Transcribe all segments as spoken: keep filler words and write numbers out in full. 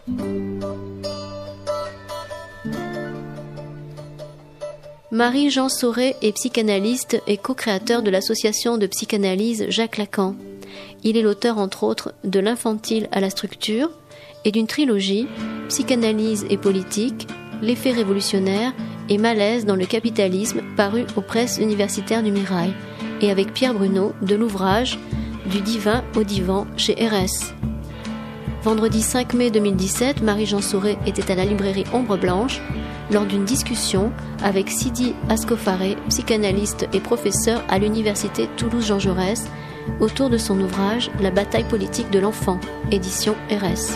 Marie-Jean Sauret est psychanalyste et co-créateur de l'association de psychanalyse Jacques Lacan. Il est l'auteur, entre autres, de L'infantile à la structure et d'une trilogie, Psychanalyse et politique, L'effet révolutionnaire et Malaise dans le capitalisme, paru aux presses universitaires du Mirail, et avec Pierre Bruno de l'ouvrage Du divin au divan chez R S. Vendredi cinq mai deux mille dix-sept, Marie-Jean Sauret était à la librairie Ombre Blanche lors d'une discussion avec Sidi Ascofaré, psychanalyste et professeur à l'université Toulouse-Jean Jaurès, autour de son ouvrage La bataille politique de l'enfant, édition R S.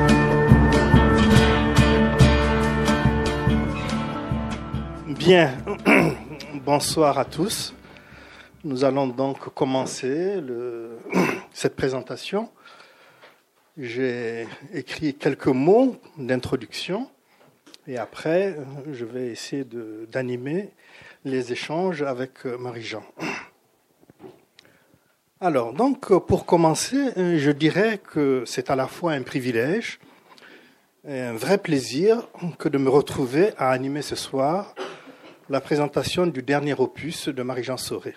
Bien, bonsoir à tous. Nous allons donc commencer le, cette présentation. J'ai écrit quelques mots d'introduction et après, je vais essayer de, d'animer les échanges avec Marie-Jean. Alors, donc, pour commencer, je dirais que c'est à la fois un privilège et un vrai plaisir que de me retrouver à animer ce soir la présentation du dernier opus de Marie-Jean Sauret.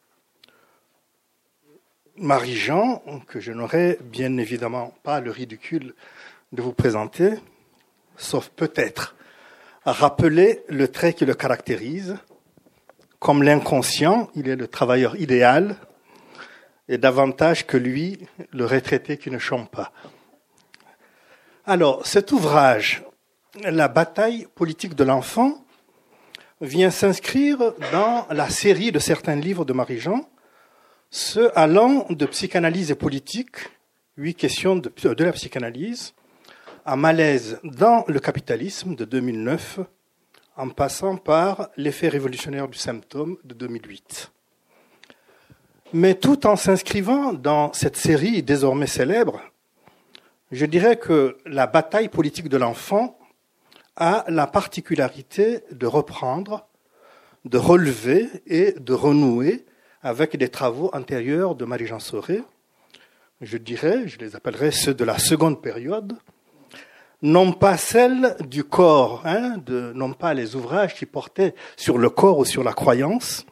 Marie-Jean, que je n'aurai bien évidemment pas le ridicule de vous présenter, sauf peut-être à rappeler le trait qui le caractérise. Comme l'inconscient, il est le travailleur idéal, et davantage que lui, le retraité qui ne chôme pas. Alors, cet ouvrage, La bataille politique de l'enfant, vient s'inscrire dans la série de certains livres de Marie-Jean, ceux allant de psychanalyse et politique, huit questions de, de la psychanalyse, à Malaise dans le capitalisme de deux mille neuf, en passant par L'effet révolutionnaire du symptôme de deux mille huit. Mais tout en s'inscrivant dans cette série désormais célèbre, je dirais que la bataille politique de l'enfant a la particularité de reprendre, de relever et de renouer avec des travaux antérieurs de Marie-Jean Sauret. Je dirais, je les appellerai ceux de la seconde période, non pas celles du corps, hein, de, non pas les ouvrages qui portaient sur le corps ou sur la croyance,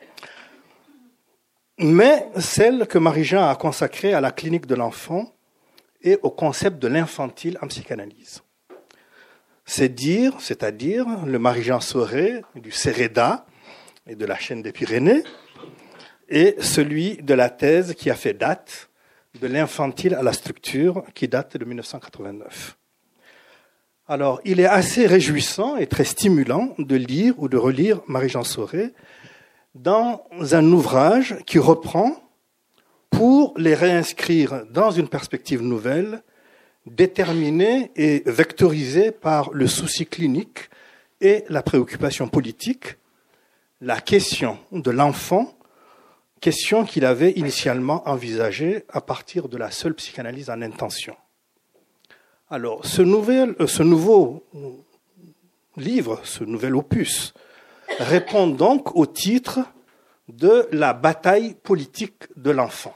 mais celles que Marie-Jean a consacrées à la clinique de l'enfant et au concept de l'infantile en psychanalyse. C'est dire, c'est-à-dire le Marie-Jean Sauret du Céréda et de la chaîne des Pyrénées, et celui de la thèse qui a fait date, de l'infantile à la structure, qui date de dix-neuf cent quatre-vingt-neuf. Alors, il est assez réjouissant et très stimulant de lire ou de relire Marie-Jean Sauret dans un ouvrage qui reprend, pour les réinscrire dans une perspective nouvelle, déterminée et vectorisée par le souci clinique et la préoccupation politique, la question de l'enfant, question qu'il avait initialement envisagée à partir de la seule psychanalyse en intention. Alors, ce, nouvel, ce nouveau livre, ce nouvel opus, répond donc au titre de La bataille politique de l'enfant.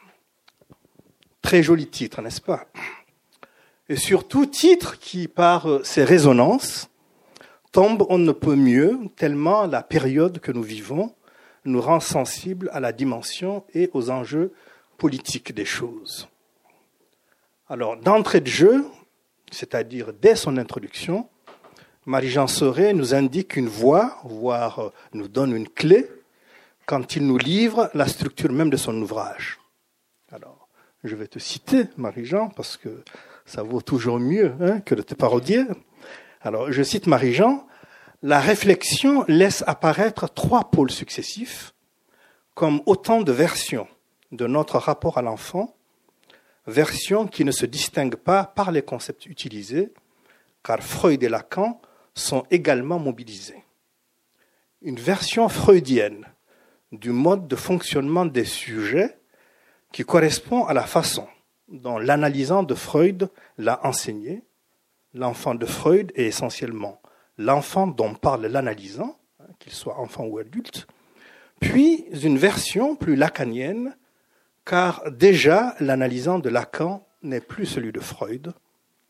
Très joli titre, n'est-ce pas ? Et surtout, titre qui, par ses résonances, tombe on ne peut mieux, tellement la période que nous vivons nous rend sensibles à la dimension et aux enjeux politiques des choses. Alors, d'entrée de jeu, c'est-à-dire dès son introduction, Marie-Jean Sauret nous indique une voie, voire nous donne une clé, quand il nous livre la structure même de son ouvrage. Alors, je vais te citer, Marie-Jean, parce que ça vaut toujours mieux hein, que de te parodier. Alors, je cite Marie-Jean. La réflexion laisse apparaître trois pôles successifs comme autant de versions de notre rapport à l'enfant, versions qui ne se distinguent pas par les concepts utilisés, car Freud et Lacan sont également mobilisés. Une version freudienne du mode de fonctionnement des sujets qui correspond à la façon dont l'analysant de Freud l'a enseigné. L'enfant de Freud est essentiellement l'enfant dont parle l'analysant, qu'il soit enfant ou adulte, puis une version plus lacanienne, car déjà l'analysant de Lacan n'est plus celui de Freud,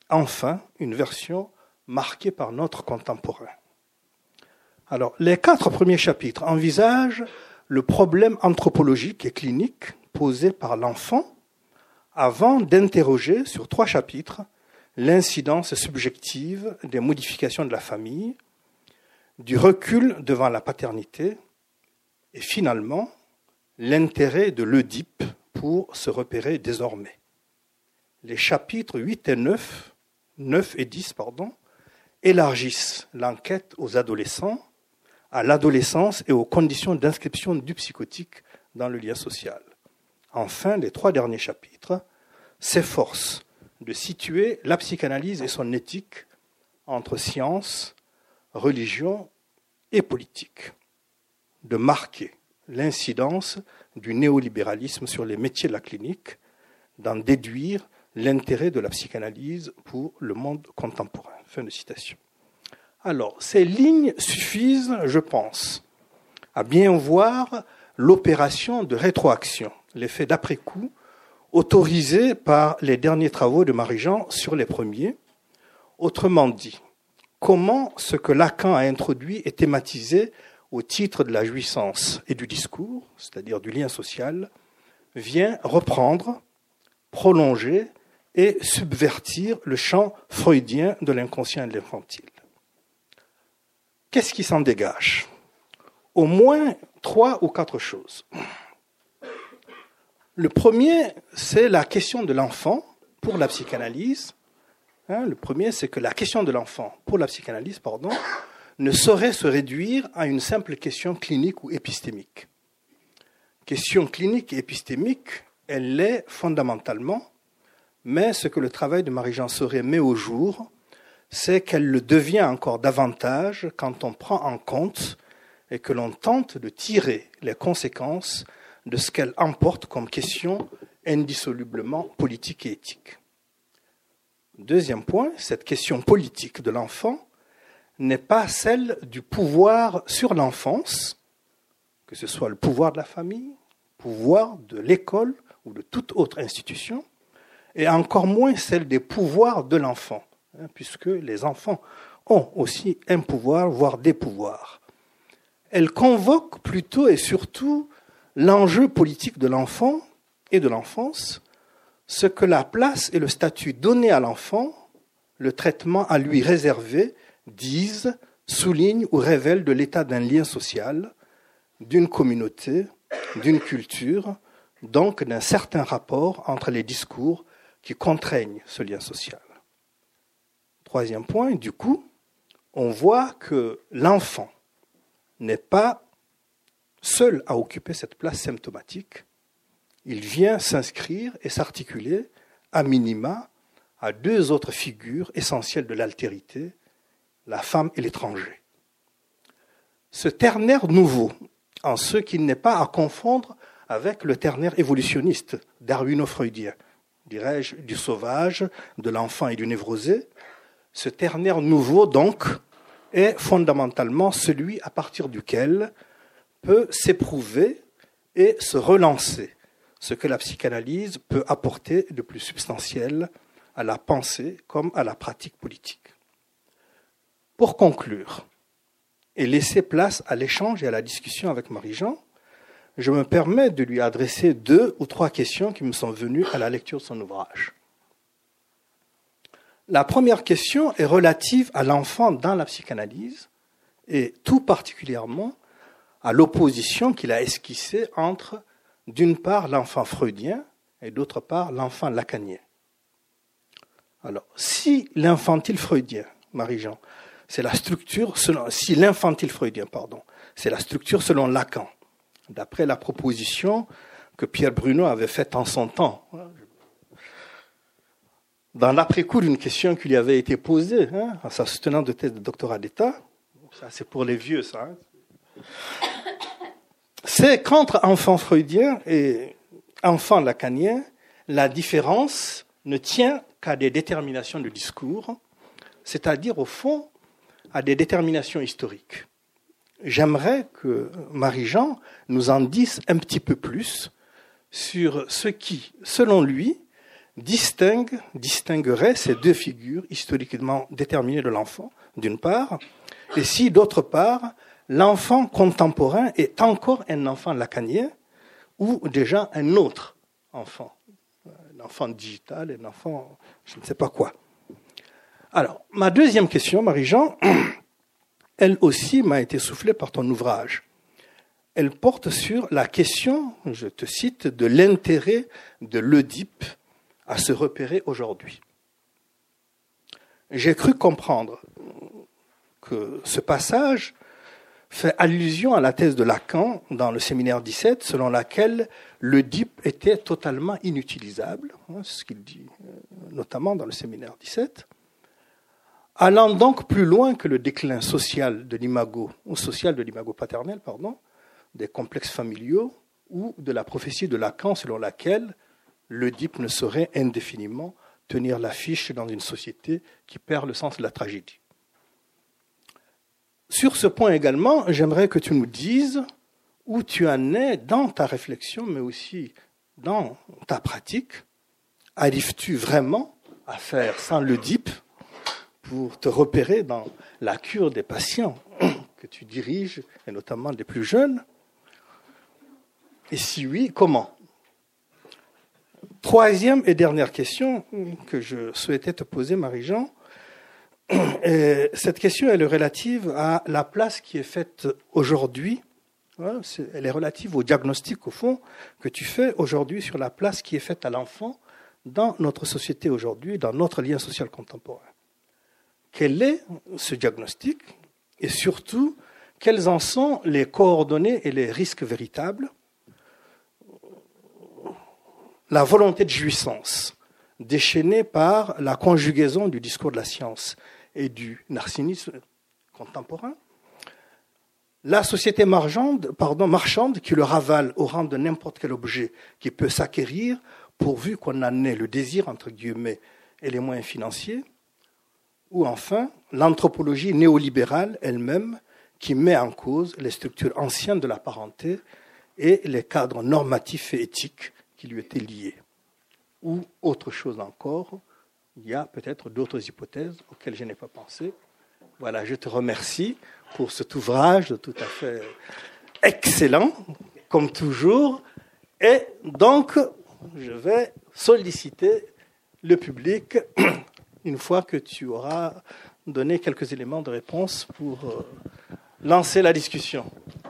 enfin une version marquée par notre contemporain. Alors, les quatre premiers chapitres envisagent le problème anthropologique et clinique posé par l'enfant avant d'interroger sur trois chapitres l'incidence subjective des modifications de la famille, du recul devant la paternité et finalement l'intérêt de l'Oedipe pour se repérer désormais. Les chapitres huit et neuf, neuf et dix, pardon, élargissent l'enquête aux adolescents, à l'adolescence et aux conditions d'inscription du psychotique dans le lien social. Enfin, les trois derniers chapitres s'efforcent de situer la psychanalyse et son éthique entre science, religion et politique, de marquer l'incidence du néolibéralisme sur les métiers de la clinique, d'en déduire l'intérêt de la psychanalyse pour le monde contemporain. Fin de citation. Alors, ces lignes suffisent, je pense, à bien voir l'opération de rétroaction, l'effet d'après-coup, autorisé par les derniers travaux de Marie-Jean sur les premiers. Autrement dit, comment ce que Lacan a introduit est thématisé au titre de la jouissance et du discours, c'est-à-dire du lien social, vient reprendre, prolonger et subvertir le champ freudien de l'inconscient et de l'infantile. Qu'est-ce qui s'en dégage ? Au moins trois ou quatre choses. Le premier, c'est la question de l'enfant pour la psychanalyse. Hein, le premier, c'est que la question de l'enfant pour la psychanalyse, pardon, ne saurait se réduire à une simple question clinique ou épistémique. Question clinique et épistémique, elle l'est fondamentalement, mais ce que le travail de Marie-Jean Soré met au jour, c'est qu'elle le devient encore davantage quand on prend en compte et que l'on tente de tirer les conséquences de ce qu'elle emporte comme question indissolublement politique et éthique. Deuxième point, cette question politique de l'enfant n'est pas celle du pouvoir sur l'enfance, que ce soit le pouvoir de la famille, le pouvoir de l'école ou de toute autre institution, et encore moins celle des pouvoirs de l'enfant, hein, puisque les enfants ont aussi un pouvoir, voire des pouvoirs. Elle convoque plutôt et surtout l'enjeu politique de l'enfant et de l'enfance, ce que la place et le statut donnés à l'enfant, le traitement à lui réservé, disent, soulignent ou révèlent de l'état d'un lien social, d'une communauté, d'une culture, donc d'un certain rapport entre les discours qui contraignent ce lien social. Troisième point, du coup, on voit que l'enfant n'est pas seul à occuper cette place symptomatique. Il vient s'inscrire et s'articuler, à minima, à deux autres figures essentielles de l'altérité, la femme et l'étranger. Ce ternaire nouveau, en ce qu'il n'est pas à confondre avec le ternaire évolutionniste darwino-freudien, dirais-je, du sauvage, de l'enfant et du névrosé, ce ternaire nouveau, donc, est fondamentalement celui à partir duquel peut s'éprouver et se relancer ce que la psychanalyse peut apporter de plus substantiel à la pensée comme à la pratique politique. Pour conclure et laisser place à l'échange et à la discussion avec Marie-Jean, je me permets de lui adresser deux ou trois questions qui me sont venues à la lecture de son ouvrage. La première question est relative à l'enfant dans la psychanalyse et tout particulièrement à l'opposition qu'il a esquissée entre, d'une part, l'enfant freudien et d'autre part, l'enfant lacanien. Alors, si l'infantile freudien, Marie-Jean, c'est la structure selon, si l'infantile freudien, pardon, c'est la structure selon Lacan, d'après la proposition que Pierre Bruno avait faite en son temps, dans l'après-coup d'une question qui lui avait été posée, hein, en sa soutenante de thèse de doctorat d'État, ça c'est pour les vieux, ça, hein, c'est qu'entre enfant freudien et enfant lacanien, la différence ne tient qu'à des déterminations de discours, c'est-à-dire au fond à des déterminations historiques. J'aimerais que Marie-Jean nous en dise un petit peu plus sur ce qui, selon lui, distingue, distinguerait ces deux figures historiquement déterminées de l'enfant, d'une part, et si, d'autre part, l'enfant contemporain est encore un enfant lacanien ou déjà un autre enfant, un enfant digital, un enfant je ne sais pas quoi. Alors, ma deuxième question, Marie-Jean, elle aussi m'a été soufflée par ton ouvrage. Elle porte sur la question, je te cite, de l'intérêt de l'Oedipe à se repérer aujourd'hui. J'ai cru comprendre que ce passage fait allusion à la thèse de Lacan dans le séminaire dix-sept, selon laquelle l'Oedipe était totalement inutilisable, c'est ce qu'il dit notamment dans le séminaire dix-sept, allant donc plus loin que le déclin social de l'imago, ou social de l'imago paternel, pardon, des complexes familiaux, ou de la prophétie de Lacan selon laquelle l'Oedipe ne saurait indéfiniment tenir l'affiche dans une société qui perd le sens de la tragédie. Sur ce point également, j'aimerais que tu nous dises où tu en es dans ta réflexion, mais aussi dans ta pratique. Arrives-tu vraiment à faire sans l'Oedipe pour te repérer dans la cure des patients que tu diriges, et notamment des plus jeunes? Et si oui, comment? Troisième et dernière question que je souhaitais te poser, Marie-Jean. Et cette question, elle est relative à la place qui est faite aujourd'hui. Elle est relative au diagnostic, au fond, que tu fais aujourd'hui sur la place qui est faite à l'enfant dans notre société aujourd'hui, dans notre lien social contemporain. Quel est ce diagnostic? Et surtout, quelles en sont les coordonnées et les risques véritables? La volonté de jouissance, déchaînée par la conjugaison du discours de la science et du narcissisme contemporain. La société marchande, pardon, marchande qui le ravale au rang de n'importe quel objet qui peut s'acquérir pourvu qu'on en ait le désir, entre guillemets, et les moyens financiers. Ou enfin, l'anthropologie néolibérale elle-même qui met en cause les structures anciennes de la parenté et les cadres normatifs et éthiques qui lui étaient liés. Ou autre chose encore, il y a peut-être d'autres hypothèses auxquelles je n'ai pas pensé. Voilà, je te remercie pour cet ouvrage tout à fait excellent, comme toujours. Et donc, je vais solliciter le public une fois que tu auras donné quelques éléments de réponse pour lancer la discussion.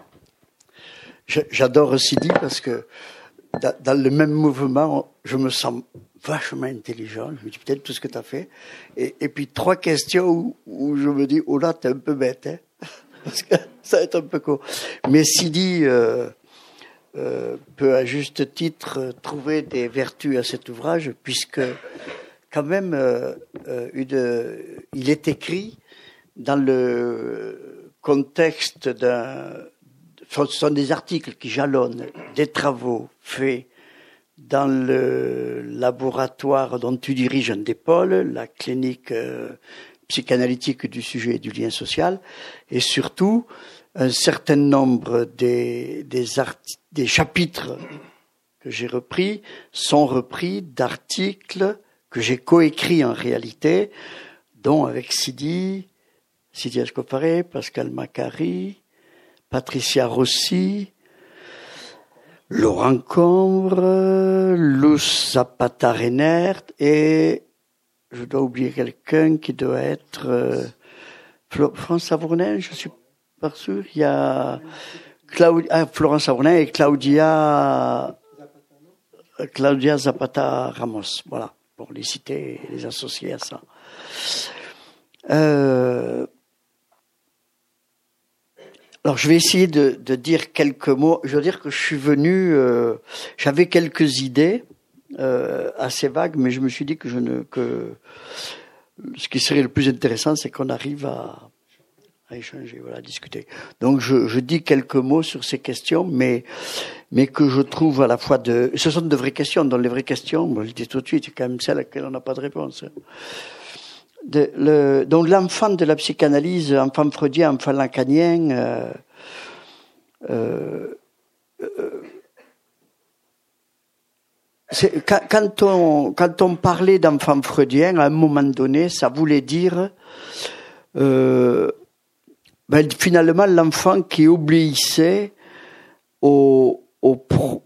J'adore Sidi parce que dans le même mouvement, je me sens vachement intelligent. Je me dis peut-être tout ce que tu as fait. Et, et puis trois questions où, où je me dis, oh là, t'es un peu bête, hein, parce que ça va être un peu court. Mais Sidi euh, euh, peut à juste titre trouver des vertus à cet ouvrage, puisque quand même, euh, une, il est écrit dans le contexte d'un... Ce sont des articles qui jalonnent des travaux faits dans le laboratoire dont tu diriges un des pôles, la clinique euh, psychanalytique du sujet et du lien social, et surtout un certain nombre des, des, art- des chapitres que j'ai repris sont repris d'articles que j'ai coécrits en réalité, dont avec Sidi, Sidi Escofare, Pascal Macari, Patricia Rossi, Laurent Combre, Luz Zapata-Renert et je dois oublier quelqu'un qui doit être euh, Florence Savournin, je suis pas sûr. Il y a Claudia, ah, Florence Savournin et Claudia Claudia Zapata Ramos. Voilà, pour les citer et les associer à ça. Euh, Alors, je vais essayer de, de dire quelques mots. Je veux dire que je suis venu, euh, j'avais quelques idées euh, assez vagues, mais je me suis dit que je ne que ce qui serait le plus intéressant, c'est qu'on arrive à, à échanger, voilà, à discuter. Donc, je, je dis quelques mots sur ces questions, mais mais que je trouve à la fois de, ce sont de vraies questions. Dans les vraies questions, moi, je le dis tout de suite, c'est quand même celle à laquelle on n'a pas de réponse. De, le, donc l'enfant de la psychanalyse, enfant freudien, enfant lacanien, euh, euh, euh, c'est, quand, quand on, quand on parlait d'enfant freudien, à un moment donné, ça voulait dire, euh, ben, finalement, l'enfant qui obéissait au, au, pro,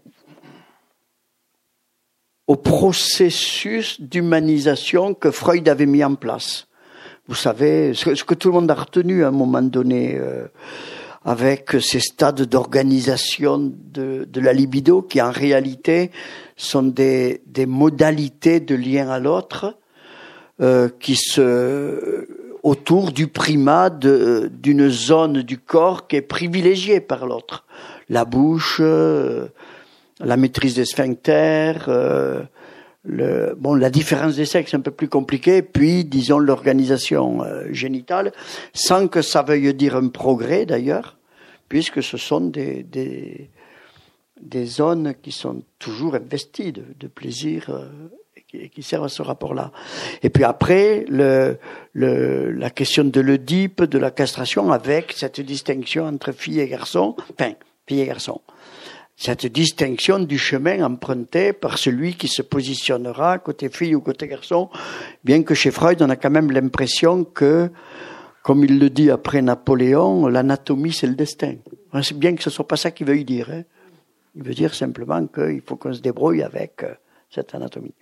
au processus d'humanisation que Freud avait mis en place. Vous savez, ce que, ce que tout le monde a retenu à un moment donné, euh, avec ces stades d'organisation de, de la libido, qui en réalité sont des, des modalités de lien à l'autre, euh, qui se, autour du primat de, d'une zone du corps qui est privilégiée par l'autre. La bouche, euh, la maîtrise des sphincters, euh, le, bon, la différence des sexes est un peu plus compliquée, puis, disons, l'organisation euh, génitale, sans que ça veuille dire un progrès, d'ailleurs, puisque ce sont des, des, des zones qui sont toujours investies de, de plaisir euh, et, qui, et qui servent à ce rapport-là. Et puis après, le, le, la question de l'Oedipe, de la castration, avec cette distinction entre filles et garçons, enfin, filles et garçons. Cette distinction du chemin emprunté par celui qui se positionnera côté fille ou côté garçon, bien que chez Freud, on a quand même l'impression que, comme il le dit après Napoléon, l'anatomie c'est le destin. C'est bien que ce soit pas ça qu'il veuille dire. Hein. Il veut dire simplement qu'il faut qu'on se débrouille avec cette anatomie.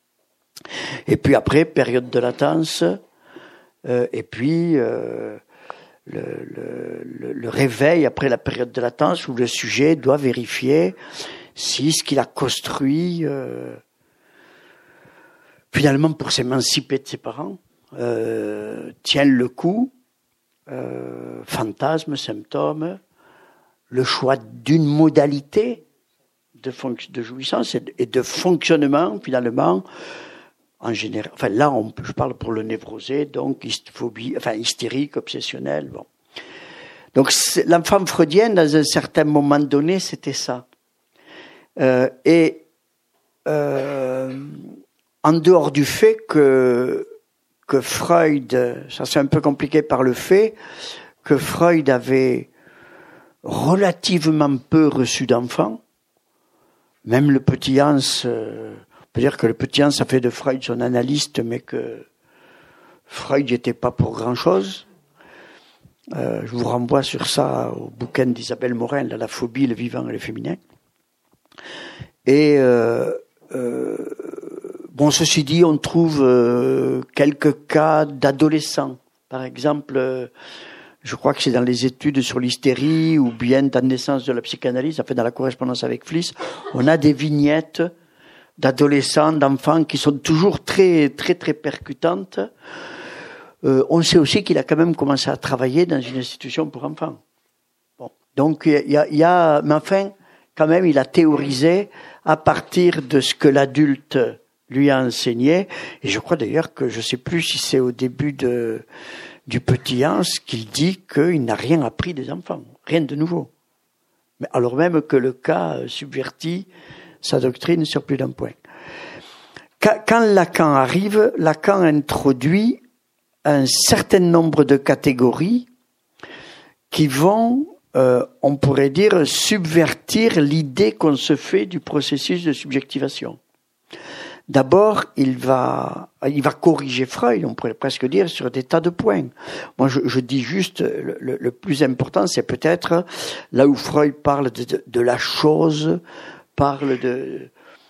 Et puis après, période de latence, euh, et puis... Euh, Le, le, le réveil après la période de latence où le sujet doit vérifier si ce qu'il a construit euh, finalement pour s'émanciper de ses parents euh, tient le coup, euh, fantasmes, symptômes, le choix d'une modalité de, fonc- de jouissance et de, et de fonctionnement finalement en général, enfin là, on, je parle pour le névrosé, donc phobie, enfin hystérique, obsessionnel. Bon. Donc l'enfant freudien, dans un certain moment donné, c'était ça. Euh, et euh, en dehors du fait que que Freud, ça c'est un peu compliqué par le fait que Freud avait relativement peu reçu d'enfants, même le petit Hans. Euh, On peut dire que le petit Hans a fait de Freud son analyste, mais que Freud n'était pas pour grand-chose. Euh, je vous renvoie sur ça au bouquin d'Isabelle Morin, là, La phobie, le vivant et le féminin. Et euh, euh, bon, ceci dit, on trouve euh, quelques cas d'adolescents. Par exemple, euh, je crois que c'est dans les études sur l'hystérie ou bien dans Naissance de la psychanalyse, enfin dans la correspondance avec Fliss, on a des vignettes d'adolescents, d'enfants qui sont toujours très, très, très percutantes. Euh, on sait aussi qu'il a quand même commencé à travailler dans une institution pour enfants. Bon. Donc, il y a, il y a, mais enfin, quand même, il a théorisé à partir de ce que l'adulte lui a enseigné. Et je crois d'ailleurs que je sais plus si c'est au début de, du petit Hans qu'il dit qu'il n'a rien appris des enfants. Rien de nouveau. Mais alors même que le cas subvertit sa doctrine sur plus d'un point. Quand Lacan arrive, Lacan introduit un certain nombre de catégories qui vont, euh, on pourrait dire, subvertir l'idée qu'on se fait du processus de subjectivation. D'abord, il va, il va corriger Freud, on pourrait presque dire, sur des tas de points. Moi, je, je dis juste, le, le, le plus important, c'est peut-être là où Freud parle de, de, de la chose, parle de,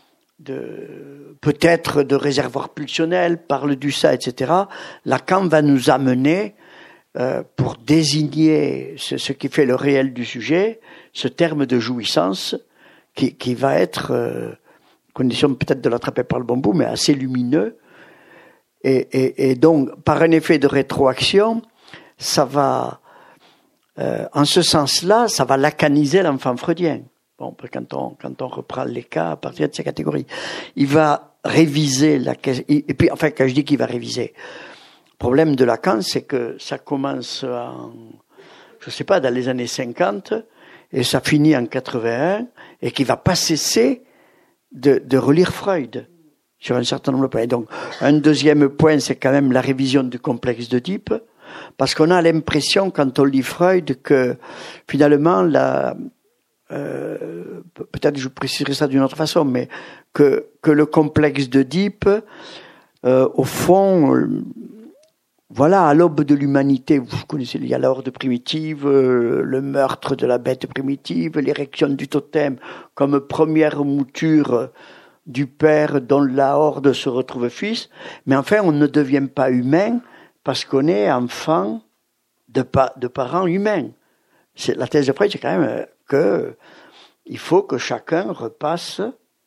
de peut-être de réservoir pulsionnel, parle du ça, et cetera. Lacan va nous amener, euh, pour désigner ce, ce qui fait le réel du sujet, ce terme de jouissance qui, qui va être, euh, condition peut-être de l'attraper par le bon bout, mais assez lumineux. Et, et, et donc, par un effet de rétroaction, ça va, euh, en ce sens-là, ça va lacaniser l'enfant freudien. Bon, quand on, quand on reprend les cas à partir de ces catégories, il va réviser la question. Et puis, enfin, quand je dis qu'il va réviser, le problème de Lacan, c'est que ça commence en, je sais pas, dans les années cinquante, et ça finit en quatre-vingt-un, et qu'il va pas cesser de, de relire Freud sur un certain nombre de points. Et donc, un deuxième point, c'est quand même la révision du complexe d'Oedipe, parce qu'on a l'impression, quand on lit Freud, que finalement, la, euh, peut-être je préciserai ça d'une autre façon, mais que, que le complexe d'Oedipe, euh, au fond, euh, voilà, à l'aube de l'humanité, vous connaissez, il y a la horde primitive, euh, le meurtre de la bête primitive, l'érection du totem comme première mouture du père dont la horde se retrouve fils, mais enfin on ne devient pas humain parce qu'on est enfant de, pa- de parents humains. C'est, la thèse de Freud, c'est quand même que il faut que chacun repasse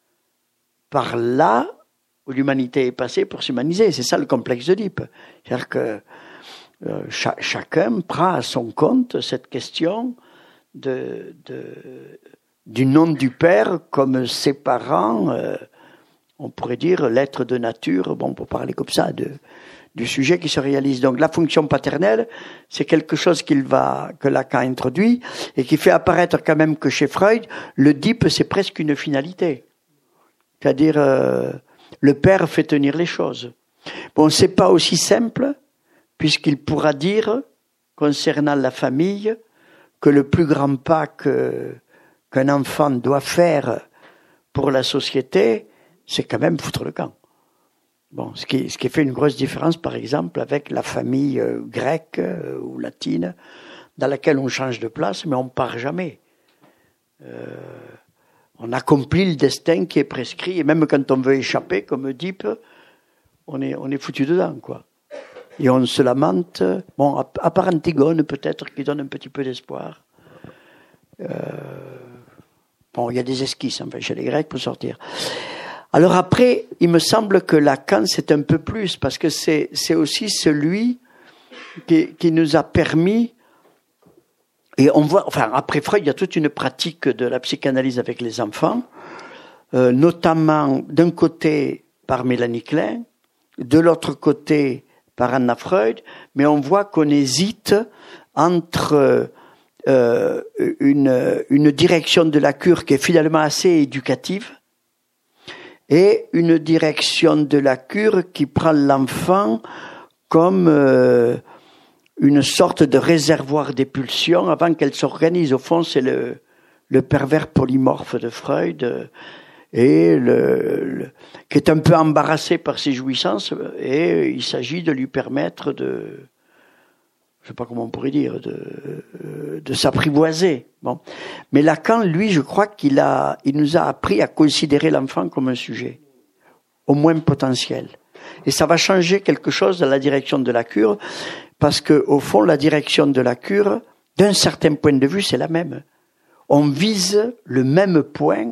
par là où l'humanité est passée pour s'humaniser. C'est ça le complexe d'Oedipe. C'est-à-dire que euh, cha- chacun prend à son compte cette question de, de, du nom du père comme ses parents, euh, on pourrait dire l'être de nature, bon, pour parler comme ça, de, du sujet qui se réalise. Donc la fonction paternelle, c'est quelque chose qu'il va, que Lacan introduit et qui fait apparaître quand même que chez Freud, l'Oedipe, c'est presque une finalité. C'est-à-dire, euh, le père fait tenir les choses. Bon, c'est pas aussi simple, puisqu'il pourra dire, concernant la famille, que le plus grand pas que, qu'un enfant doit faire pour la société, c'est quand même foutre le camp. Bon, ce qui, ce qui fait une grosse différence, par exemple, avec la famille euh, grecque euh, ou latine, dans laquelle on change de place, mais on part jamais. Euh, on accomplit le destin qui est prescrit, et même quand on veut échapper, comme Oedipe, on est, on est foutu dedans, quoi. Et on se lamente. Bon, à, à part Antigone, peut-être, qui donne un petit peu d'espoir. Euh, bon, il y a des esquisses, enfin, chez les Grecs, pour sortir. Alors après, il me semble que Lacan, c'est un peu plus, parce que c'est, c'est aussi celui qui, qui nous a permis, et on voit, enfin, après Freud, il y a toute une pratique de la psychanalyse avec les enfants, euh, notamment d'un côté par Mélanie Klein, de l'autre côté par Anna Freud, mais on voit qu'on hésite entre euh, une, une direction de la cure qui est finalement assez éducative, et une direction de la cure qui prend l'enfant comme euh, une sorte de réservoir des pulsions avant qu'elle s'organise. Au fond, c'est le, le pervers polymorphe de Freud, et le, le, qui est un peu embarrassé par ses jouissances, et il s'agit de lui permettre de, je sais pas comment on pourrait dire, de, de s'apprivoiser. Bon. Mais Lacan, lui, je crois qu'il a, il nous a appris à considérer l'enfant comme un sujet, au moins potentiel. Et ça va changer quelque chose dans la direction de la cure, parce que, au fond, la direction de la cure, d'un certain point de vue, c'est la même. On vise le même point,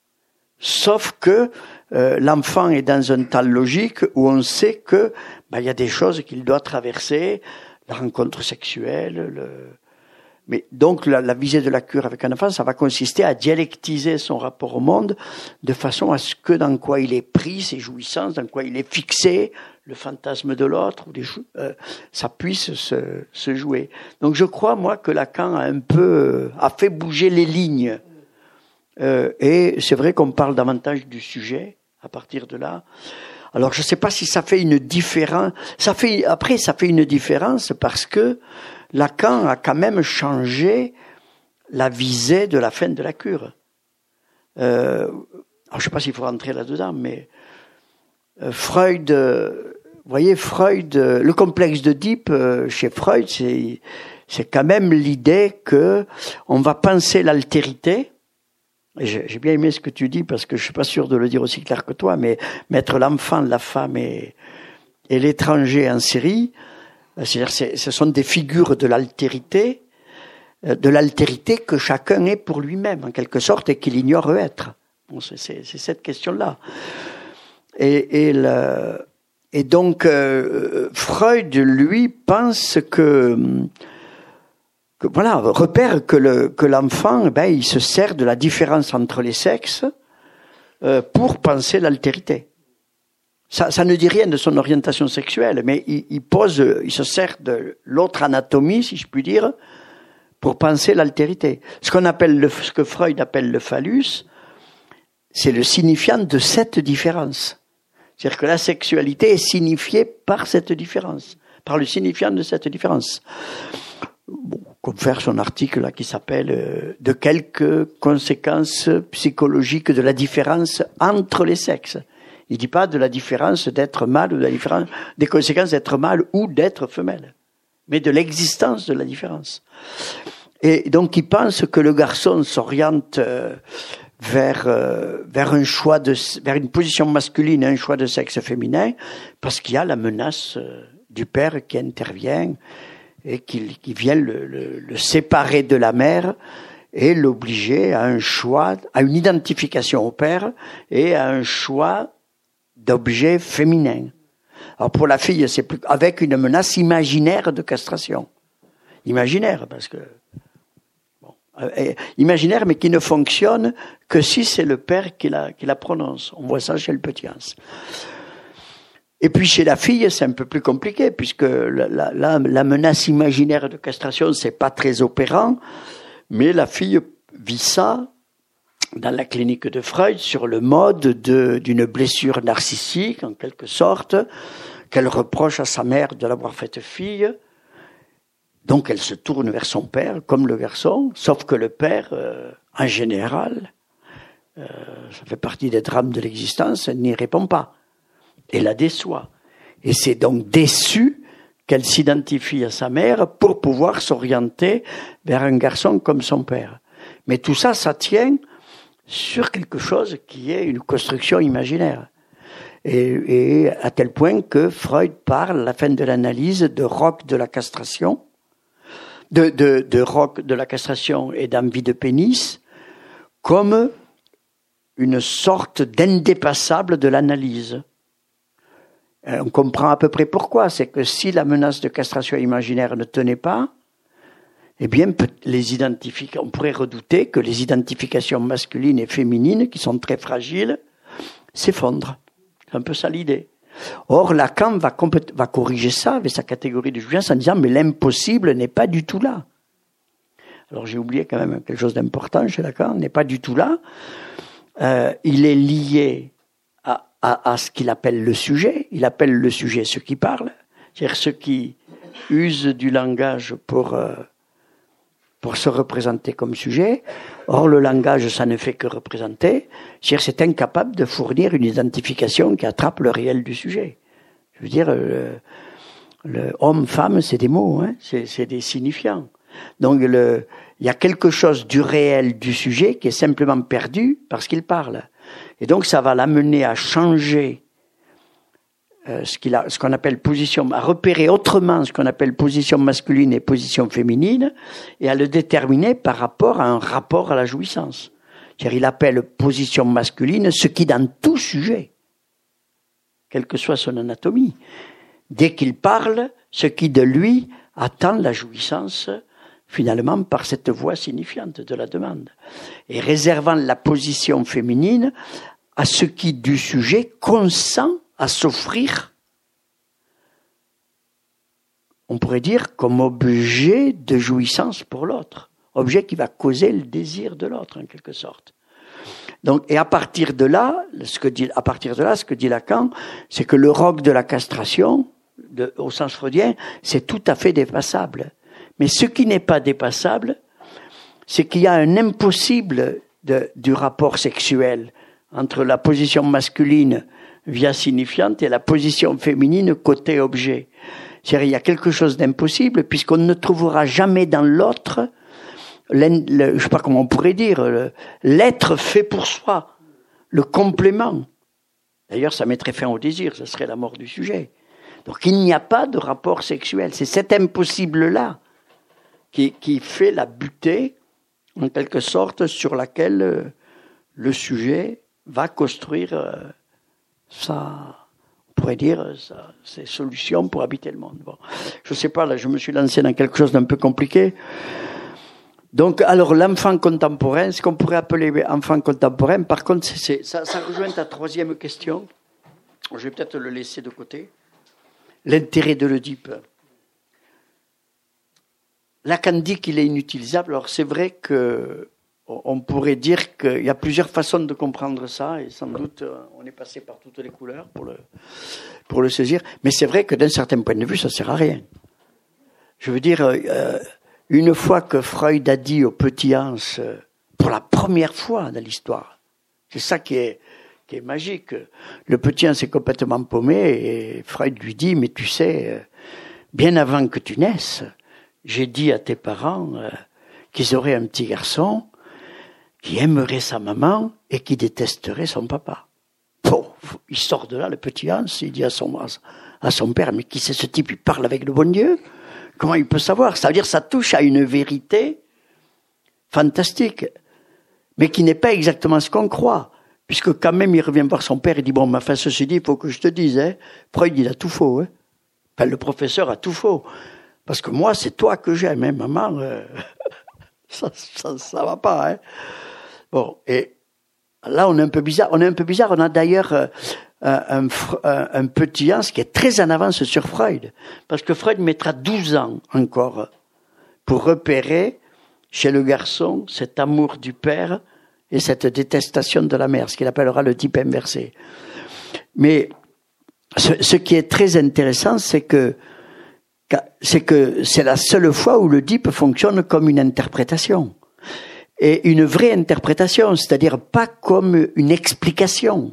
sauf que euh, l'enfant est dans un temps logique où on sait que ben, y a des choses qu'il doit traverser, la rencontre sexuelle, le... mais donc la, la visée de la cure avec un enfant, ça va consister à dialectiser son rapport au monde de façon à ce que dans quoi il est pris, ses jouissances, dans quoi il est fixé, le fantasme de l'autre, ou des jou- euh, ça puisse se, se jouer. Donc je crois, moi, que Lacan a un peu euh, a fait bouger les lignes. Euh, et c'est vrai qu'on parle davantage du sujet à partir de là. Alors je ne sais pas si ça fait une différence. Ça fait après ça fait une différence parce que Lacan a quand même changé la visée de la fin de la cure. Euh, alors je ne sais pas s'il faut rentrer là-dedans, mais euh, Freud, euh, vous voyez Freud, euh, le complexe d'Oedipe euh, chez Freud, c'est c'est quand même l'idée que on va penser l'altérité. J'ai bien aimé ce que tu dis, parce que je suis pas sûr de le dire aussi clair que toi, mais mettre l'enfant, la femme et, et l'étranger en série, c'est-à-dire c'est, ce sont des figures de l'altérité, de l'altérité que chacun est pour lui-même, en quelque sorte, et qu'il ignore être. Bon, c'est, c'est, c'est cette question-là. Et, et, le, et donc, euh, Freud, lui, pense que... Que, voilà, repère que, le, que l'enfant, ben, il se sert de la différence entre les sexes euh, pour penser l'altérité. Ça, ça ne dit rien de son orientation sexuelle, mais il, il pose, il se sert de l'autre anatomie, si je puis dire, pour penser l'altérité. Ce qu'on appelle le, ce que Freud appelle le phallus, c'est le signifiant de cette différence. C'est-à-dire que la sexualité est signifiée par cette différence, par le signifiant de cette différence. Bon, confère son article là qui s'appelle euh, « De quelques conséquences psychologiques de la différence entre les sexes ». Il dit pas de la différence d'être mâle ou de la différence des conséquences d'être mâle ou d'être femelle, mais de l'existence de la différence. Et donc il pense que le garçon s'oriente euh, vers euh, vers un choix de vers une position masculine et un choix de sexe féminin parce qu'il y a la menace euh, du père qui intervient et qui, qui vient le, le, le séparer de la mère et l'obliger à un choix, à une identification au père et à un choix d'objets féminins. Alors pour la fille, c'est plus avec une menace imaginaire de castration. Imaginaire, parce que bon, euh, imaginaire, mais qui ne fonctionne que si c'est le père qui la, qui la prononce. On voit ça chez le petit Hans. Et puis chez la fille, c'est un peu plus compliqué, puisque la, la, la, la menace imaginaire de castration, c'est pas très opérant, mais la fille vit ça dans la clinique de Freud sur le mode de, d'une blessure narcissique, en quelque sorte, qu'elle reproche à sa mère de l'avoir faite fille. Donc elle se tourne vers son père, comme le garçon, sauf que le père, euh, en général, euh, ça fait partie des drames de l'existence, n'y répond pas. Et la déçoit. Et c'est donc déçue qu'elle s'identifie à sa mère pour pouvoir s'orienter vers un garçon comme son père. Mais tout ça, ça tient sur quelque chose qui est une construction imaginaire. Et, et à tel point que Freud parle, à la fin de l'analyse, de roc de la castration, de, de, de roc de la castration et d'envie de pénis, comme une sorte d'indépassable de l'analyse. On comprend à peu près pourquoi. C'est que si la menace de castration imaginaire ne tenait pas, eh bien, les identifications, on pourrait redouter que les identifications masculines et féminines, qui sont très fragiles, s'effondrent. C'est un peu ça l'idée. Or, Lacan va, complè- va corriger ça avec sa catégorie de jouissance en disant, mais l'impossible n'est pas du tout là. Alors, j'ai oublié quand même quelque chose d'important chez Lacan, n'est pas du tout là. Euh, il est lié à, à, à ce qu'il appelle le sujet. Il appelle le sujet ceux qui parlent, c'est-à-dire ceux qui usent du langage pour... Euh, pour se représenter comme sujet. Or, le langage, ça ne fait que représenter. C'est-à-dire, c'est incapable de fournir une identification qui attrape le réel du sujet. Je veux dire, le, le homme-femme, c'est des mots, hein, c'est, c'est des signifiants. Donc, le, il y a quelque chose du réel du sujet qui est simplement perdu parce qu'il parle. Et donc, ça va l'amener à changer Euh, ce, qu'il a, ce qu'on appelle position, à repérer autrement ce qu'on appelle position masculine et position féminine, et à le déterminer par rapport à un rapport à la jouissance. C'est-à-dire, il appelle position masculine ce qui, dans tout sujet, quelle que soit son anatomie, dès qu'il parle, ce qui de lui attend la jouissance, finalement, par cette voix signifiante de la demande. Et réservant la position féminine à ce qui, du sujet, consent à s'offrir, on pourrait dire, comme objet de jouissance pour l'autre. Objet qui va causer le désir de l'autre, en quelque sorte. Donc, et à partir de là, ce que dit, à partir de là, ce que dit Lacan, c'est que le roc de la castration, de, au sens freudien, c'est tout à fait dépassable. Mais ce qui n'est pas dépassable, c'est qu'il y a un impossible de, du rapport sexuel entre la position masculine via signifiante et la position féminine côté objet. C'est-à-dire, il y a quelque chose d'impossible puisqu'on ne trouvera jamais dans l'autre, le, je sais pas comment on pourrait dire, le, l'être fait pour soi, le complément. D'ailleurs, ça mettrait fin au désir, ce serait la mort du sujet. Donc, il n'y a pas de rapport sexuel. C'est cet impossible-là qui, qui fait la butée, en quelque sorte, sur laquelle le sujet va construire euh, ça, on pourrait dire, ça, ces solutions pour habiter le monde. Bon, je sais pas, là, je me suis lancé dans quelque chose d'un peu compliqué. Donc, alors, l'enfant contemporain, ce qu'on pourrait appeler enfant contemporain, par contre, c'est, c'est, ça, ça rejoint ta troisième question. Je vais peut-être le laisser de côté. L'intérêt de l'Oedipe. Lacan dit qu'il est inutilisable. Alors, c'est vrai que on pourrait dire qu'il y a plusieurs façons de comprendre ça, et sans doute on est passé par toutes les couleurs pour le, pour le saisir. Mais c'est vrai que d'un certain point de vue, ça sert à rien. Je veux dire, euh, une fois que Freud a dit au petit Hans, pour la première fois dans l'histoire, c'est ça qui est, qui est magique. Le petit Hans est complètement paumé et Freud lui dit, mais tu sais, bien avant que tu naisses, j'ai dit à tes parents euh, qu'ils auraient un petit garçon qui aimerait sa maman et qui détesterait son papa. Bon, il sort de là, le petit Hans, il dit à son, à son père, mais qui c'est ce type, il parle avec le bon Dieu? Comment il peut savoir? Ça veut dire que ça touche à une vérité fantastique, mais qui n'est pas exactement ce qu'on croit. Puisque quand même, il revient voir son père et dit, bon, ma fin, ceci dit, il faut que je te dise, hein. Freud, il a tout faux, hein. Enfin, le professeur a tout faux. Parce que moi, c'est toi que j'aime, hein, maman. Euh, ça, ça, ça va pas, hein. Bon, et là, on est un peu bizarre. On est un peu bizarre. On a d'ailleurs euh, un, un, un petit Hans qui est très en avance sur Freud. Parce que Freud mettra douze ans encore pour repérer chez le garçon cet amour du père et cette détestation de la mère, ce qu'il appellera le type inversé. Mais ce, ce qui est très intéressant, c'est que c'est que c'est la seule fois où le Oedipe fonctionne comme une interprétation. Et une vraie interprétation, c'est-à-dire pas comme une explication,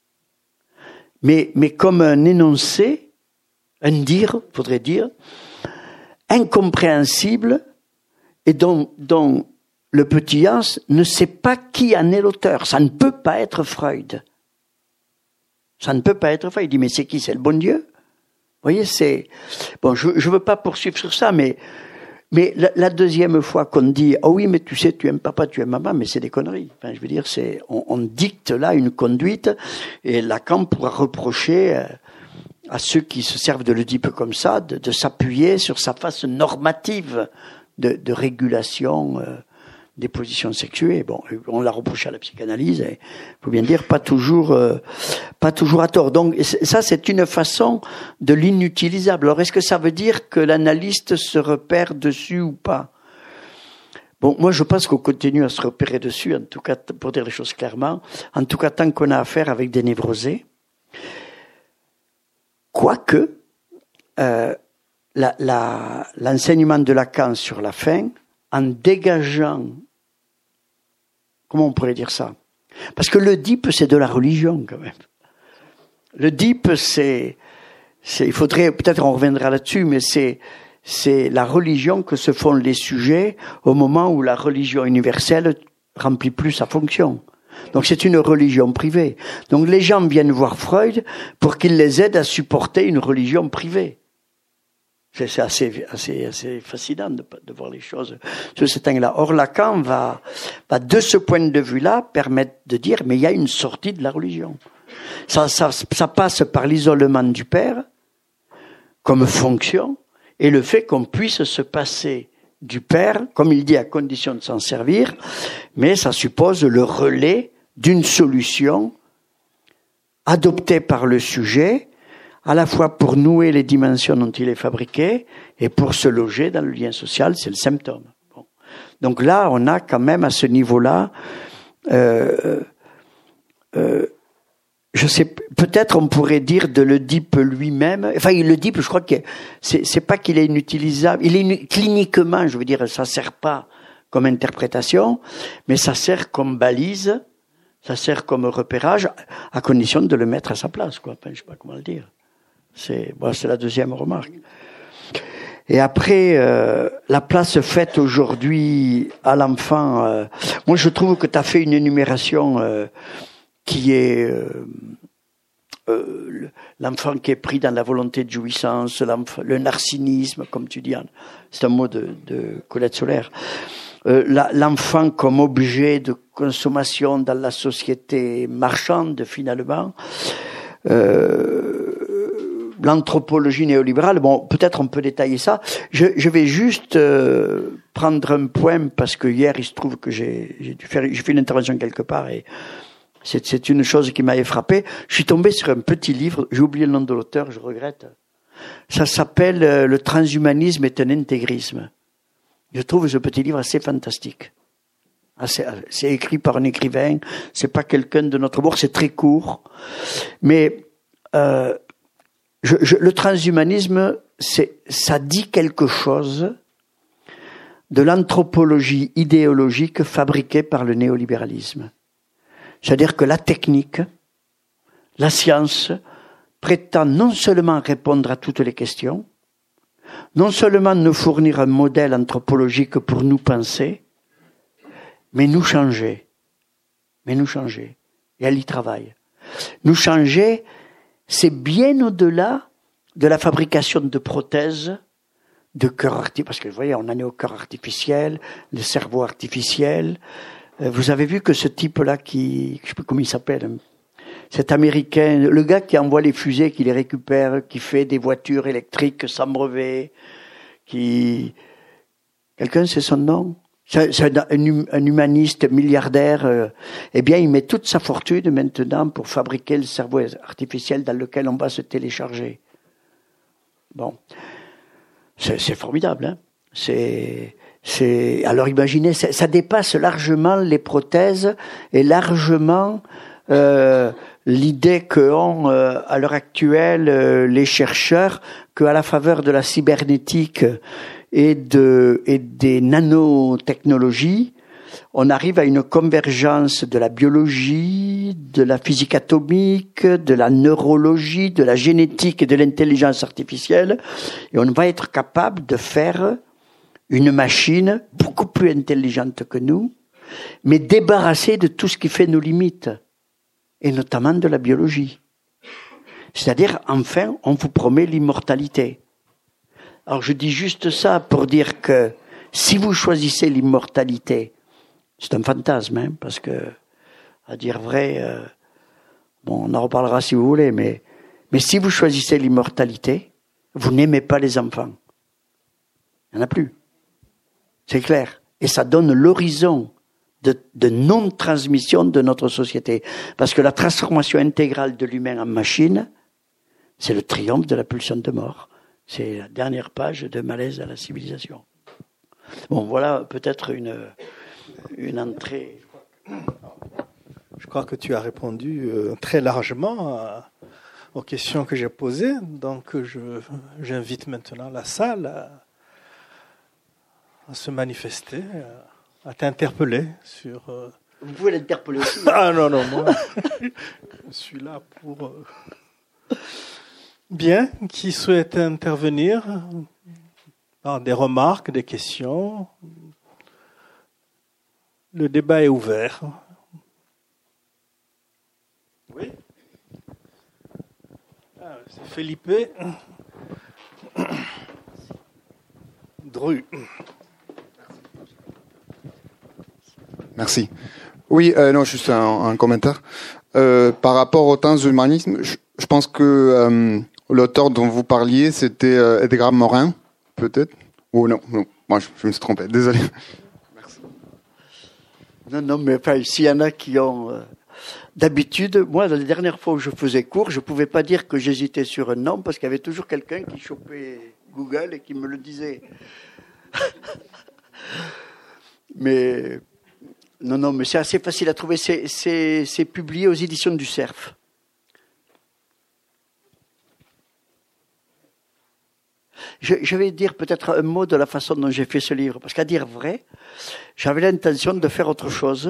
mais, mais comme un énoncé, un dire, faudrait dire, incompréhensible, et dont, dont le petit Hans ne sait pas qui en est l'auteur. Ça ne peut pas être Freud. Ça ne peut pas être Freud. Il dit, mais c'est qui? C'est le bon Dieu? Vous voyez, c'est... Bon, je ne veux pas poursuivre sur ça, mais... Mais la, la deuxième fois qu'on dit « Oh oui, mais tu sais, tu aimes papa, tu aimes maman », mais c'est des conneries. Enfin, je veux dire, c'est, on, on dicte là une conduite, et Lacan pourra reprocher à ceux qui se servent de l'Oedipe comme ça de, de s'appuyer sur sa face normative de, de régulation euh, des positions sexuées. Bon, on l'a reproché à la psychanalyse, il faut bien dire, pas toujours, euh, pas toujours à tort. Donc ça, c'est une façon de l'inutilisable. Alors, est-ce que ça veut dire que l'analyste se repère dessus ou pas? Bon, moi, je pense qu'on continue à se repérer dessus, en tout cas, pour dire les choses clairement, en tout cas, tant qu'on a affaire avec des névrosés. Quoique, euh, la, la, l'enseignement de Lacan sur la fin, en dégageant, comment on pourrait dire ça? Parce que l'Oedipe, c'est de la religion, quand même. L'Oedipe, c'est, c'est, il faudrait, peut-être on reviendra là-dessus, mais c'est, c'est la religion que se font les sujets au moment où la religion universelle remplit plus sa fonction. Donc c'est une religion privée. Donc les gens viennent voir Freud pour qu'il les aide à supporter une religion privée. C'est, c'est assez, assez, assez fascinant de, de voir les choses sur cet angle-là. Or, Lacan va, va, de ce point de vue-là, permettre de dire, mais il y a une sortie de la religion. Ça, ça, ça passe par l'isolement du père, comme fonction, et le fait qu'on puisse se passer du père, comme il dit, à condition de s'en servir, mais ça suppose le relais d'une solution adoptée par le sujet, à la fois pour nouer les dimensions dont il est fabriqué et pour se loger dans le lien social, c'est le symptôme. Bon. Donc là, on a quand même à ce niveau-là, euh, euh, je sais, peut-être on pourrait dire de l'Oedipe lui-même. Enfin, l'Oedipe, je crois que c'est, c'est pas qu'il est inutilisable. Il est cliniquement, je veux dire, ça sert pas comme interprétation, mais ça sert comme balise, ça sert comme repérage, à condition de le mettre à sa place, quoi. Enfin, je sais pas comment le dire. C'est, bon, c'est la deuxième remarque. Et après, euh, la place faite aujourd'hui à l'enfant, euh, moi je trouve que tu as fait une énumération euh, qui est euh, euh, l'enfant qui est pris dans la volonté de jouissance, le narcinisme, comme tu dis, c'est un mot de, de Colette Solaire. Euh, la, l'enfant comme objet de consommation dans la société marchande, finalement. Euh, L'anthropologie néolibérale, bon, peut-être on peut détailler ça. Je, je vais juste euh, prendre un point parce que hier il se trouve que j'ai, j'ai dû faire, j'ai fait une intervention quelque part et c'est, c'est une chose qui m'avait frappé. Je suis tombé sur un petit livre, j'ai oublié le nom de l'auteur, je regrette. Ça s'appelle euh, Le transhumanisme est un intégrisme. Je trouve ce petit livre assez fantastique. Assez, c'est écrit par un écrivain, c'est pas quelqu'un de notre bord, c'est très court, mais euh, Je, je, le transhumanisme, c'est, ça dit quelque chose de l'anthropologie idéologique fabriquée par le néolibéralisme. C'est-à-dire que la technique, la science, prétend non seulement répondre à toutes les questions, non seulement nous fournir un modèle anthropologique pour nous penser, mais nous changer. Mais nous changer. Et elle y travaille. Nous changer, c'est bien au-delà de la fabrication de prothèses, de cœurs artificiels, parce que vous voyez, on en est au cœur artificiel, le cerveau artificiel. Vous avez vu que ce type-là qui, je ne sais plus comment il s'appelle, cet Américain, le gars qui envoie les fusées, qui les récupère, qui fait des voitures électriques sans brevet, qui... Quelqu'un sait son nom? C'est un, un humaniste milliardaire. Euh, eh bien, il met toute sa fortune maintenant pour fabriquer le cerveau artificiel dans lequel on va se télécharger. Bon. C'est, c'est formidable, hein. C'est... C'est, alors imaginez, ça, ça dépasse largement les prothèses et largement euh, l'idée qu'ont euh, à l'heure actuelle euh, les chercheurs qu'à la faveur de la cybernétique et, de, et des nanotechnologies, on arrive à une convergence de la biologie, de la physique atomique, de la neurologie, de la génétique et de l'intelligence artificielle, et on va être capable de faire une machine beaucoup plus intelligente que nous, mais débarrassée de tout ce qui fait nos limites, et notamment de la biologie. C'est-à-dire, enfin, on vous promet l'immortalité. Alors je dis juste ça pour dire que si vous choisissez l'immortalité, c'est un fantasme, hein, parce que, à dire vrai, euh, bon, on en reparlera si vous voulez, mais, mais si vous choisissez l'immortalité, vous n'aimez pas les enfants. Il n'y en a plus. C'est clair. Et ça donne l'horizon de, de non-transmission de notre société. Parce que la transformation intégrale de l'humain en machine, c'est le triomphe de la pulsion de mort. C'est la dernière page de Malaise à la civilisation. Bon, voilà peut-être une, une entrée. Je crois que tu as répondu euh, très largement à, aux questions que j'ai posées. Donc, je, j'invite maintenant la salle à, à se manifester, à, à t'interpeller sur... Euh... Vous pouvez l'interpeller aussi. Ah non, non, moi, je suis là pour... Euh... Bien, qui souhaite intervenir par des remarques, des questions? Le débat est ouvert. Oui. Ah, c'est Felipe Dru. Merci. Oui, euh, non, juste un, un commentaire. Euh, par rapport au transhumanisme, je, je pense que euh, l'auteur dont vous parliez, c'était euh, Edgar Morin, peut-être? Ou non, non, moi je, je me suis trompé, désolé. Merci. Non, non, mais enfin, s'il y en a qui ont... Euh, d'habitude, moi, la dernière fois où je faisais cours, je ne pouvais pas dire que j'hésitais sur un nom, parce qu'il y avait toujours quelqu'un qui chopait Google et qui me le disait. Mais... Non, non, mais c'est assez facile à trouver. C'est, c'est, c'est publié aux éditions du Cerf. Je, je vais dire peut-être un mot de la façon dont j'ai fait ce livre. Parce qu'à dire vrai, j'avais l'intention de faire autre chose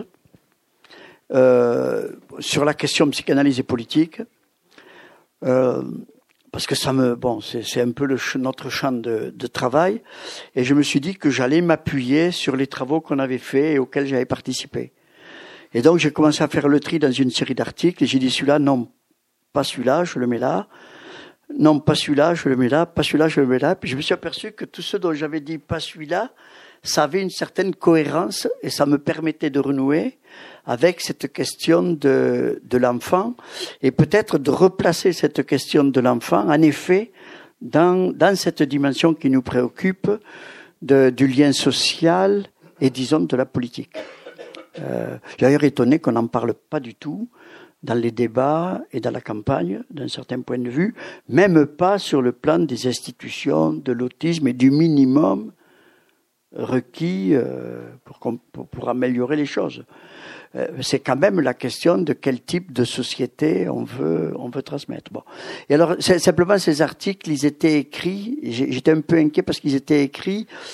euh, sur la question psychanalyse et politique. Euh, parce que ça me, bon, c'est, c'est un peu le, notre champ de, de travail. Et je me suis dit que j'allais m'appuyer sur les travaux qu'on avait faits et auxquels j'avais participé. Et donc, j'ai commencé à faire le tri dans une série d'articles. Et j'ai dit, celui-là, non, pas celui-là, je le mets là. Non, pas celui-là, je le mets là. Pas celui-là, je le mets là. Puis je me suis aperçu que tout ce dont j'avais dit, pas celui-là, ça avait une certaine cohérence et ça me permettait de renouer avec cette question de, de l'enfant et peut-être de replacer cette question de l'enfant, en effet, dans, dans cette dimension qui nous préoccupe de, du lien social et, disons, de la politique. Euh, j'ai d'ailleurs étonné qu'on n'en parle pas du tout dans les débats et dans la campagne, d'un certain point de vue, même pas sur le plan des institutions, de l'autisme et du minimum requis euh, pour, pour, pour améliorer les choses. Euh, c'est quand même la question de quel type de société on veut, on veut transmettre. Bon. Et alors, c'est, simplement, ces articles, ils étaient écrits, j'étais un peu inquiet parce qu'ils étaient écrits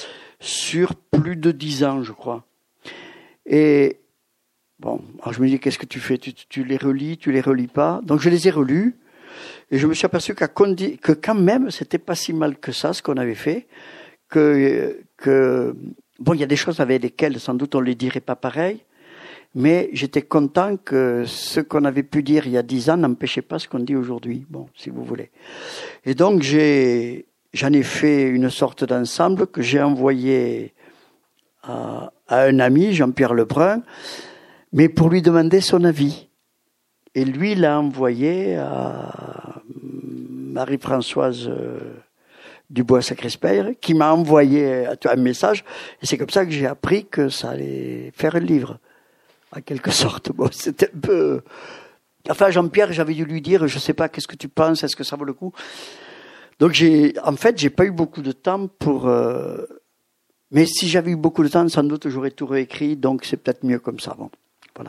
sur plus de dix ans, je crois. Et bon, alors je me dis, qu'est-ce que tu fais? tu, tu les relis, tu les relis pas? Donc je les ai relus, et je me suis aperçu qu'à condi- que quand même, c'était pas si mal que ça, ce qu'on avait fait, que, que bon, il y a des choses avec lesquelles, sans doute, on les dirait pas pareil, mais j'étais content que ce qu'on avait pu dire il y a dix ans n'empêchait pas ce qu'on dit aujourd'hui, bon, si vous voulez. Et donc, j'ai, j'en ai fait une sorte d'ensemble que j'ai envoyé à, à un ami, Jean-Pierre Lebrun, mais pour lui demander son avis. Et lui l'a envoyé à Marie-Françoise Dubois-Sacrespeyre, qui m'a envoyé un message, et c'est comme ça que j'ai appris que ça allait faire un livre, en quelque sorte. Bon, c'était un peu... Enfin, Jean-Pierre, j'avais dû lui dire, je sais pas, qu'est-ce que tu penses, est-ce que ça vaut le coup? Donc, j'ai, en fait, j'ai pas eu beaucoup de temps pour... Euh... Mais si j'avais eu beaucoup de temps, sans doute, j'aurais tout réécrit, donc c'est peut-être mieux comme ça. Bon, voilà.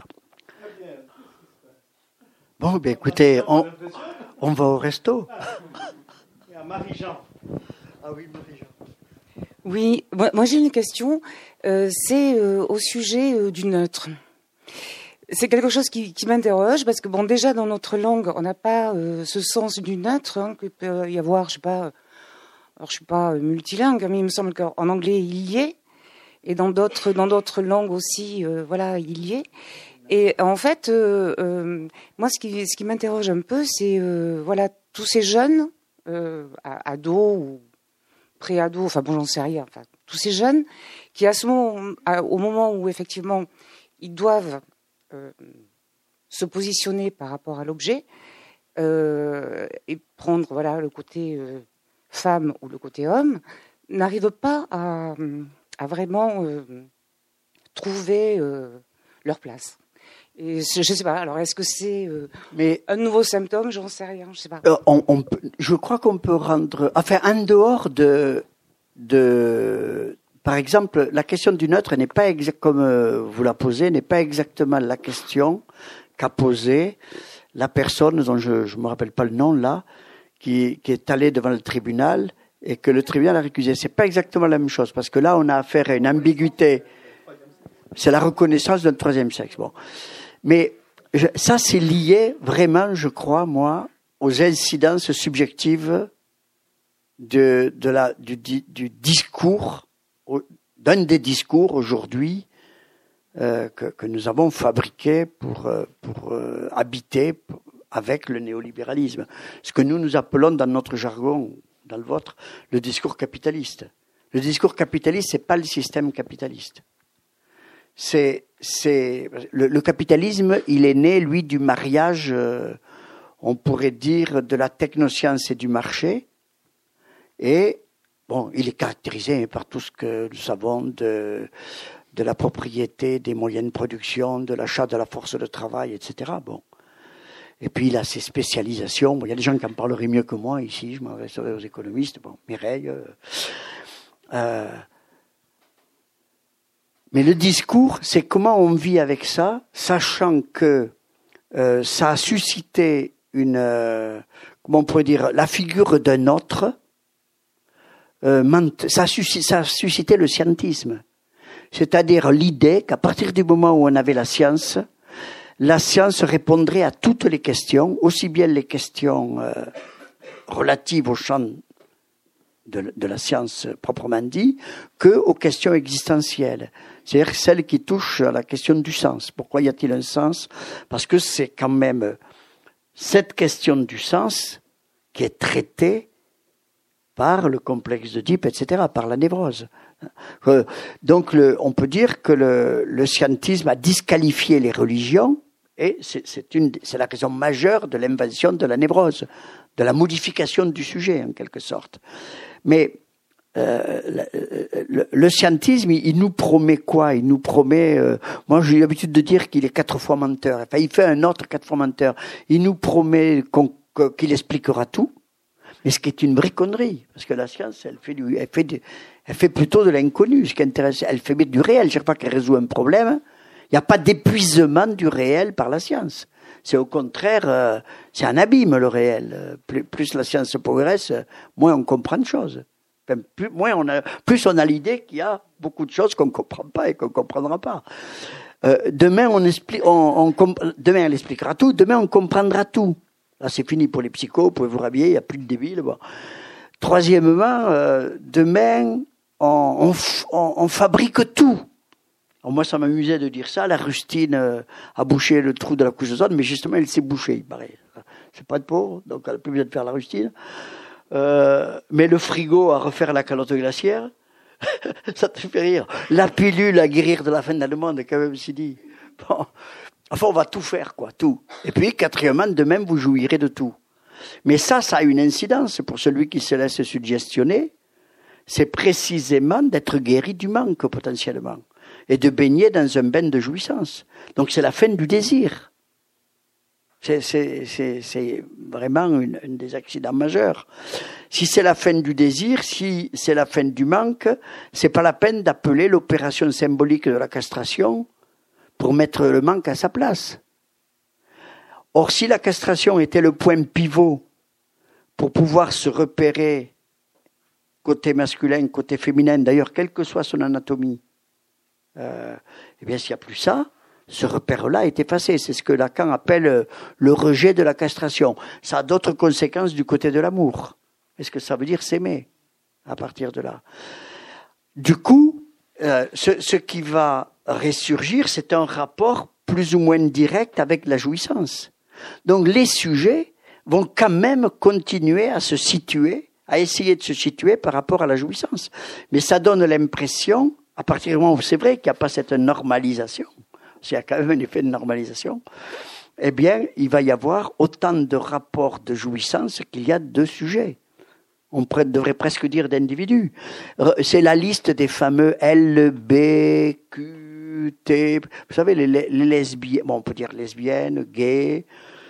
Bon, ben écoutez, on, on va au resto. Et à Marie-Jean. Ah oui, Marie-Jean. Oui, moi, moi j'ai une question. Euh, c'est euh, au sujet euh, du neutre. C'est quelque chose qui, qui m'interroge parce que bon, déjà dans notre langue, on n'a pas euh, ce sens du neutre hein, qu'il peut y avoir. Je sais pas. Alors je suis pas multilingue, mais il me semble qu'en anglais il y est, et dans d'autres dans d'autres langues aussi, euh, voilà, il y est. Et en fait, euh, euh, moi, ce qui ce qui m'interroge un peu, c'est euh, voilà tous ces jeunes euh, ados ou pré-ados, enfin bon, j'en sais rien. Enfin, tous ces jeunes qui, à ce moment, à, au moment où effectivement ils doivent euh, se positionner par rapport à l'objet euh, et prendre voilà le côté euh, femme ou le côté homme, n'arrivent pas à, à vraiment euh, trouver euh, leur place. Et je sais pas. Alors, est-ce que c'est euh, mais un nouveau symptôme? J'en sais rien. Je sais pas. Euh, on, on peut, je crois qu'on peut rendre, enfin, en dehors de, de, par exemple, la question du neutre n'est pas exact comme euh, vous la posez, n'est pas exactement la question qu'a posée la personne dont je je me rappelle pas le nom là, qui, qui est allée devant le tribunal et que le tribunal a récusé. C'est pas exactement la même chose parce que là, on a affaire à une ambiguïté. C'est la reconnaissance d'un troisième sexe. Bon. Mais je, ça, c'est lié vraiment, je crois, moi, aux incidences subjectives de, de la, du, du discours, d'un des discours aujourd'hui euh, que, que nous avons fabriqué pour, pour euh, habiter avec le néolibéralisme. Ce que nous, nous appelons dans notre jargon, dans le vôtre, le discours capitaliste. Le discours capitaliste, c'est pas le système capitaliste. C'est, c'est le, le capitalisme, il est né, lui, du mariage, euh, on pourrait dire, de la technoscience et du marché. Et, bon, il est caractérisé par tout ce que nous savons de, de la propriété, des moyens de production, de l'achat de la force de travail, et cetera. Bon. Et puis, il a ses spécialisations. Bon, il y a des gens qui en parleraient mieux que moi ici, je m'adresserai aux économistes. Bon, Mireille. Euh, euh, Mais le discours, c'est comment on vit avec ça, sachant que euh, ça a suscité une, euh, comment on pourrait dire, la figure d'un autre. Euh, ça, a suscité, ça a suscité le scientisme, c'est-à-dire l'idée qu'à partir du moment où on avait la science, la science répondrait à toutes les questions, aussi bien les questions euh, relatives au champ de, de la science proprement dit, que aux questions existentielles. C'est-à-dire celles qui touchent à la question du sens. Pourquoi y a-t-il un sens? Parce que c'est quand même cette question du sens qui est traitée par le complexe d'Oedipe, et cetera, par la névrose. Donc, le, on peut dire que le, le scientisme a disqualifié les religions, et c'est, c'est, une, c'est la raison majeure de l'invention de la névrose, de la modification du sujet, en quelque sorte. Mais Euh, le, le, le scientisme, il, il nous promet quoi? Il nous promet... Euh, moi, j'ai l'habitude de dire qu'il est quatre fois menteur. Enfin, il fait un autre quatre fois menteur. Il nous promet qu'on, qu'il expliquera tout, mais ce qui est une vraie connerie. Parce que la science, elle fait, du, elle fait, du, elle fait plutôt de l'inconnu. Ce qui intéresse, elle fait du réel. Chaque fois qu'elle résout un problème, il n'y a pas d'épuisement du réel par la science. C'est au contraire, euh, c'est un abîme, le réel. Plus, plus la science progresse, moins on comprend de choses. Enfin, plus, moins on a, plus on a l'idée qu'il y a beaucoup de choses qu'on ne comprend pas et qu'on ne comprendra pas. Euh, demain, on explique, on, on, demain, elle expliquera tout. Demain, on comprendra tout. Là, c'est fini pour les psychos. Vous pouvez vous rhabiller. Il n'y a plus de débiles. Bon. Troisièmement, euh, demain, on, on, on, on fabrique tout. Alors moi, ça m'amusait de dire ça. La rustine euh, a bouché le trou de la couche d'ozone, mais justement, elle s'est bouchée, il paraît. C'est pas de peau, donc elle n'a plus besoin de faire la rustine. Euh, mais le frigo à refaire la calotte glaciaire, ça te fait rire. La pilule à guérir de la fin du monde, quand même, s'y dit. Bon. Enfin, on va tout faire, quoi, tout. Et puis, quatrièmement, de même, vous jouirez de tout. Mais ça, ça a une incidence pour celui qui se laisse suggestionner. C'est précisément d'être guéri du manque, potentiellement. Et de baigner dans un bain de jouissance. Donc, c'est la fin du désir. C'est, c'est, c'est, c'est vraiment une, une des accidents majeurs. Si c'est la fin du désir, si c'est la fin du manque, c'est pas la peine d'appeler l'opération symbolique de la castration pour mettre le manque à sa place. Or, si la castration était le point pivot pour pouvoir se repérer côté masculin, côté féminin, d'ailleurs, quelle que soit son anatomie, euh, eh bien, s'il n'y a plus ça, ce repère-là est effacé. C'est ce que Lacan appelle le rejet de la castration. Ça a d'autres conséquences du côté de l'amour. Est-ce que ça veut dire s'aimer à partir de là? Du coup, euh, ce, ce qui va ressurgir, c'est un rapport plus ou moins direct avec la jouissance. Donc les sujets vont quand même continuer à se situer, à essayer de se situer par rapport à la jouissance. Mais ça donne l'impression, à partir du moment où c'est vrai qu'il n'y a pas cette normalisation, s'il y a quand même un effet de normalisation, eh bien, il va y avoir autant de rapports de jouissance qu'il y a de sujets. On devrait presque dire d'individus. C'est la liste des fameux L, B, Q, T. Vous savez, les, les lesbiennes, bon, on peut dire lesbiennes, gays,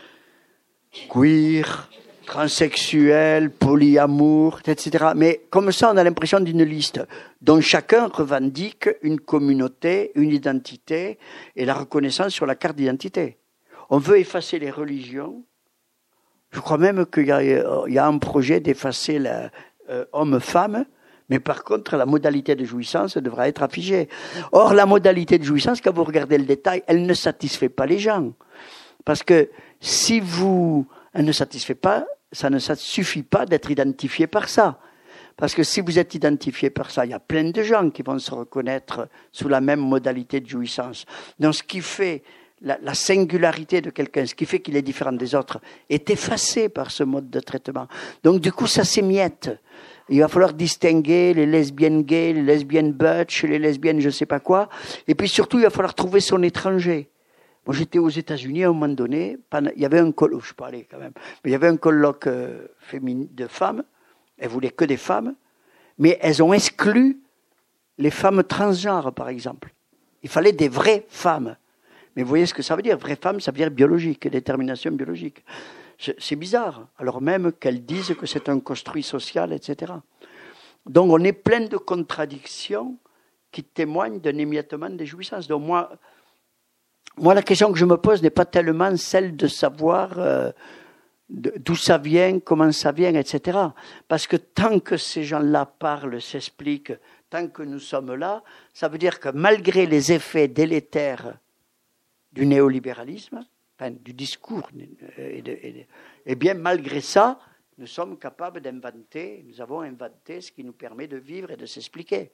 queer, transsexuels, polyamour, et cetera. Mais comme ça, on a l'impression d'une liste dont chacun revendique une communauté, une identité et la reconnaissance sur la carte d'identité. On veut effacer les religions. Je crois même qu'il y a, il y a un projet d'effacer la, euh, homme-femme, mais par contre, la modalité de jouissance devra être affichée. Or, la modalité de jouissance, quand vous regardez le détail, elle ne satisfait pas les gens. Parce que si vous... Elle ne satisfait pas, ça ne suffit pas d'être identifié par ça. Parce que si vous êtes identifié par ça, il y a plein de gens qui vont se reconnaître sous la même modalité de jouissance. Donc, ce qui fait la, la singularité de quelqu'un, ce qui fait qu'il est différent des autres, est effacé par ce mode de traitement. Donc, du coup, ça s'émiette. Il va falloir distinguer les lesbiennes gays, les lesbiennes butch, les lesbiennes je sais pas quoi. Et puis surtout, il va falloir trouver son étranger. Moi, j'étais aux États-Unis à un moment donné. Pendant, il y avait un colloque, je parlais quand même, mais il y avait un colloque euh, féminin de femmes. Elles voulaient que des femmes, mais elles ont exclu les femmes transgenres, par exemple. Il fallait des vraies femmes. Mais vous voyez ce que ça veut dire? Vraie femme, ça veut dire biologique, détermination biologique. C'est bizarre, alors même qu'elles disent que c'est un construit social, et cetera. Donc, on est plein de contradictions qui témoignent d'un émiettement des jouissances. Donc, moi... Moi, la question que je me pose n'est pas tellement celle de savoir euh, d'où ça vient, comment ça vient, et cetera. Parce que tant que ces gens-là parlent, s'expliquent, tant que nous sommes là, ça veut dire que malgré les effets délétères du néolibéralisme, enfin, du discours, et, de, et, de, et bien malgré ça, nous sommes capables d'inventer, nous avons inventé ce qui nous permet de vivre et de s'expliquer.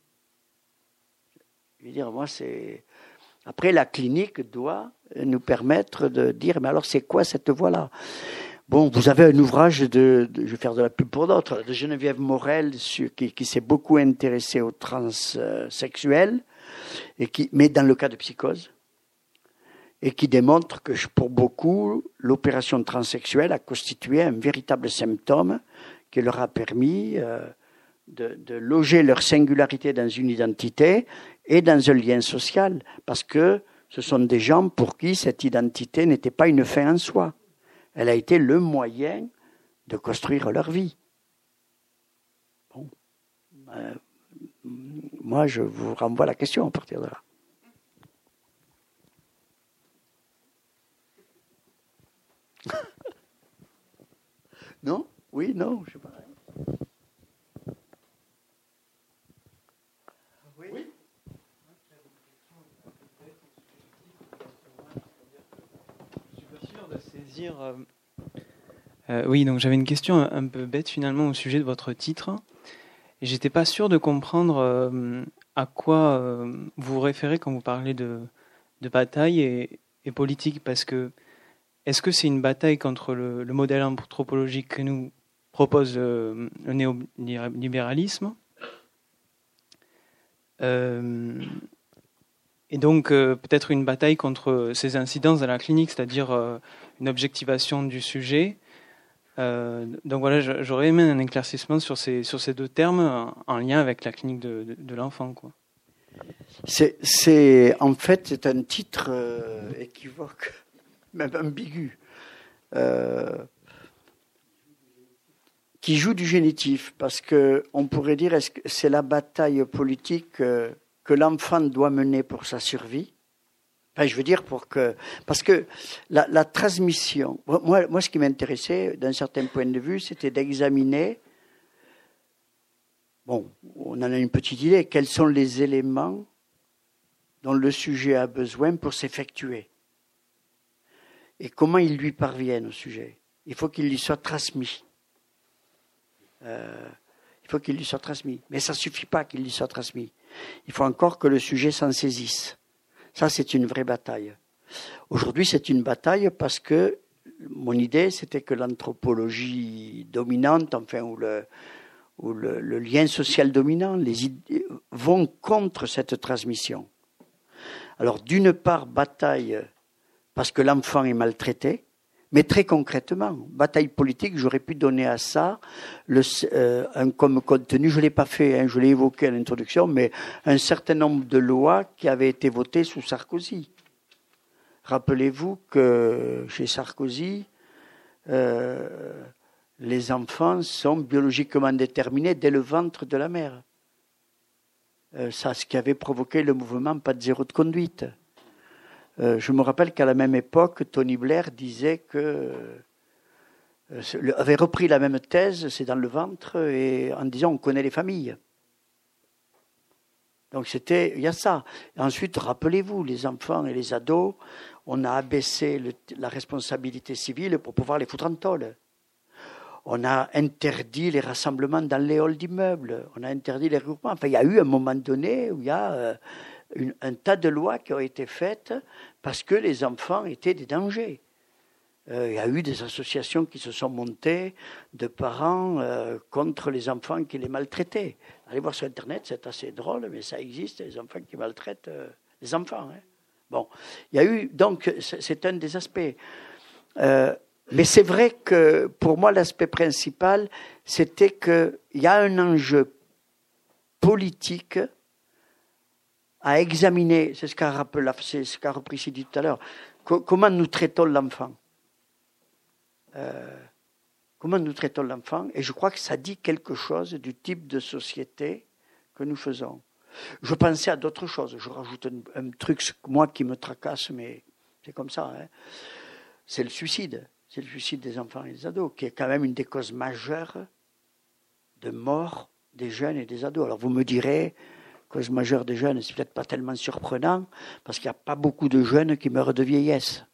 Je veux dire, moi, c'est... Après, la clinique doit nous permettre de dire, mais alors c'est quoi cette voie-là? Bon, vous avez un ouvrage de, de, je vais faire de la pub pour d'autres, de Geneviève Morel, sur, qui, qui s'est beaucoup intéressée aux transsexuels, et qui, mais dans le cas de psychose, et qui démontre que pour beaucoup, l'opération transsexuelle a constitué un véritable symptôme qui leur a permis euh, de, de loger leur singularité dans une identité et dans un lien social, parce que ce sont des gens pour qui cette identité n'était pas une fin en soi. Elle a été le moyen de construire leur vie. Bon. Euh, moi, je vous renvoie la question à partir de là. Non? Oui, non, je sais pas. Oui. Je suis pas sûr de saisir. Euh... Euh, oui, donc j'avais une question un, un peu bête finalement au sujet de votre titre. Et j'étais pas sûr de comprendre euh, à quoi euh, vous vous référez quand vous parlez de, de bataille et, et politique, parce que est-ce que c'est une bataille contre le, le modèle anthropologique que nous propose euh, le néolibéralisme euh, et donc euh, peut-être une bataille contre ces incidences à la clinique, c'est-à-dire euh, une objectivation du sujet. Euh, donc voilà, j'aurais aimé un éclaircissement sur ces, sur ces deux termes en, en lien avec la clinique de, de, de l'enfant, quoi. C'est, c'est, en fait, c'est un titre euh, équivoque, même ambigu, euh, qui joue du génitif, parce que on pourrait dire est-ce que c'est la bataille politique euh, que l'enfant doit mener pour sa survie. Enfin, je veux dire pour que, parce que la, la transmission. Moi, moi, ce qui m'intéressait, d'un certain point de vue, c'était d'examiner. Bon, on en a une petite idée. Quels sont les éléments dont le sujet a besoin pour s'effectuer et comment ils lui parviennent au sujet. Il faut qu'il lui soit transmis. Euh, il faut qu'il lui soit transmis. Mais ça ne suffit pas qu'il lui soit transmis. Il faut encore que le sujet s'en saisisse. Ça, c'est une vraie bataille. Aujourd'hui, c'est une bataille parce que mon idée, c'était que l'anthropologie dominante, enfin, ou le, ou le, le lien social dominant, les idées, vont contre cette transmission. Alors, d'une part, bataille parce que l'enfant est maltraité, mais très concrètement, bataille politique, j'aurais pu donner à ça le, euh, un, comme contenu, je ne l'ai pas fait, hein, je l'ai évoqué à l'introduction, mais un certain nombre de lois qui avaient été votées sous Sarkozy. Rappelez-vous que chez Sarkozy, euh, les enfants sont biologiquement déterminés dès le ventre de la mère. Euh, ça, ce qui avait provoqué le mouvement Pas de zéro de conduite. Euh, je me rappelle qu'à la même époque, Tony Blair disait que euh, avait repris la même thèse, c'est dans le ventre, et en disant on connaît les familles. Donc c'était, il y a ça. Et ensuite, rappelez-vous, les enfants et les ados, on a abaissé le, la responsabilité civile pour pouvoir les foutre en tôle. On a interdit les rassemblements dans les halls d'immeubles. On a interdit les regroupements. Enfin, il y a eu un moment donné où il y a euh, une, un tas de lois qui ont été faites parce que les enfants étaient des dangers. Euh, il y a eu des associations qui se sont montées de parents euh, contre les enfants qui les maltraitaient. Allez voir sur Internet, c'est assez drôle, mais ça existe, les enfants qui maltraitent euh, les enfants. Hein. Bon, il y a eu, donc, c'est, c'est un des aspects. Euh, Mais c'est vrai que pour moi, l'aspect principal, c'était qu'il y a un enjeu politique à examiner. C'est ce qu'a rappelé, c'est ce qu'a repris Sidi tout à l'heure. Co- comment nous traitons l'enfant euh, Comment nous traitons l'enfant? Et je crois que ça dit quelque chose du type de société que nous faisons. Je pensais à d'autres choses. Je rajoute un, un truc, moi, qui me tracasse, mais c'est comme ça. Hein. C'est le suicide. C'est le suicide des enfants et des ados, qui est quand même une des causes majeures de mort des jeunes et des ados. Alors vous me direz, cause majeure des jeunes, c'est peut-être pas tellement surprenant, parce qu'il n'y a pas beaucoup de jeunes qui meurent de vieillesse.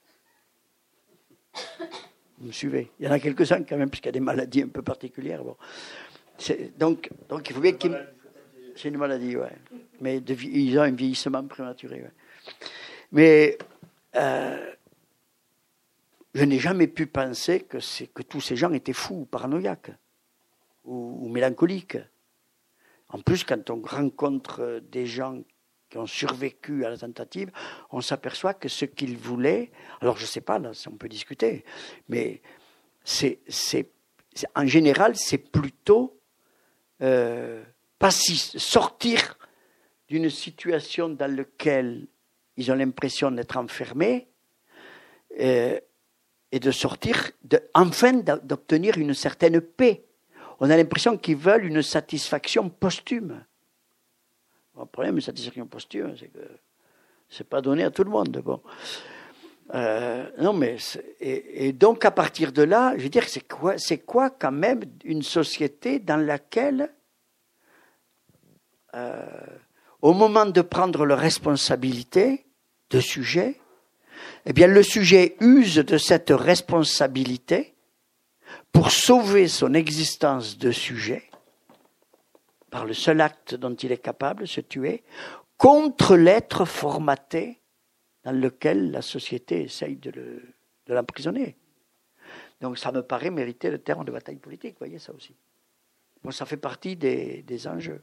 Vous me suivez? Il y en a quelques-uns quand même, puisqu'il y a des maladies un peu particulières. Bon. C'est, donc, donc il faut bien qu'ils... C'est une maladie, ouais. Mais de, ils ont un vieillissement prématuré. Ouais. Mais... Euh, je n'ai jamais pu penser que, c'est, que tous ces gens étaient fous, paranoïaques ou, ou mélancoliques. En plus, quand on rencontre des gens qui ont survécu à la tentative, on s'aperçoit que ce qu'ils voulaient, alors je ne sais pas, là, on peut discuter, mais c'est, c'est, c'est, en général, c'est plutôt euh, pas si, sortir d'une situation dans laquelle ils ont l'impression d'être enfermés, euh, et de sortir, de, enfin d'obtenir une certaine paix. On a l'impression qu'ils veulent une satisfaction posthume. Le problème de satisfaction posthume, c'est que c'est pas donné à tout le monde. Bon. Euh, non, mais et, et donc à partir de là, je veux dire, c'est quoi, c'est quoi quand même une société dans laquelle, euh, au moment de prendre leur responsabilité de sujet, eh bien, le sujet use de cette responsabilité pour sauver son existence de sujet, par le seul acte dont il est capable, se tuer, contre l'être formaté dans lequel la société essaye de, le, de l'emprisonner. Donc ça me paraît mériter le terme de bataille politique, vous voyez ça aussi. Bon, ça fait partie des, des enjeux.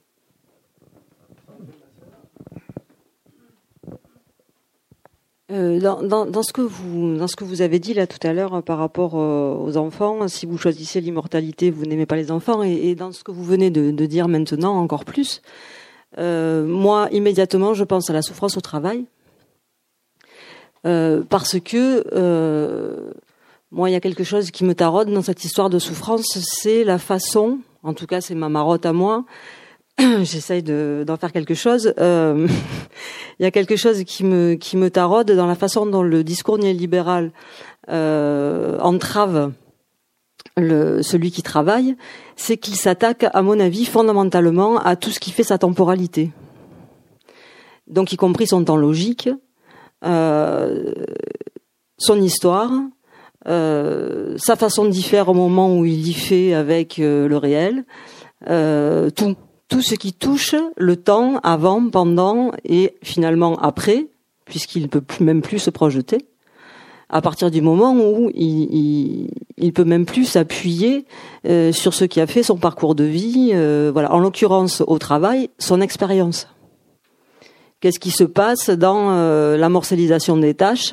Euh, dans, dans, dans ce que vous dans ce que vous avez dit là tout à l'heure par rapport euh, aux enfants, si vous choisissez l'immortalité, vous n'aimez pas les enfants, et, et dans ce que vous venez de, de dire maintenant encore plus, euh, moi immédiatement je pense à la souffrance au travail, euh, parce que euh, moi il y a quelque chose qui me taraude dans cette histoire de souffrance, c'est la façon, en tout cas c'est ma marotte à moi. J'essaye de, d'en faire quelque chose. Euh, il y a quelque chose qui me qui me taraude dans la façon dont le discours néolibéral euh, entrave le, celui qui travaille, c'est qu'il s'attaque, à mon avis, fondamentalement à tout ce qui fait sa temporalité. Donc, y compris son temps logique, euh, son histoire, euh, sa façon d'y faire au moment où il y fait avec euh, le réel, euh, tout. Tout ce qui touche le temps avant, pendant et finalement après, puisqu'il ne peut plus, même plus se projeter, à partir du moment où il, il, il peut même plus s'appuyer euh, sur ce qui a fait son parcours de vie, euh, voilà, en l'occurrence au travail, son expérience. Qu'est-ce qui se passe dans euh, la morcellisation des tâches,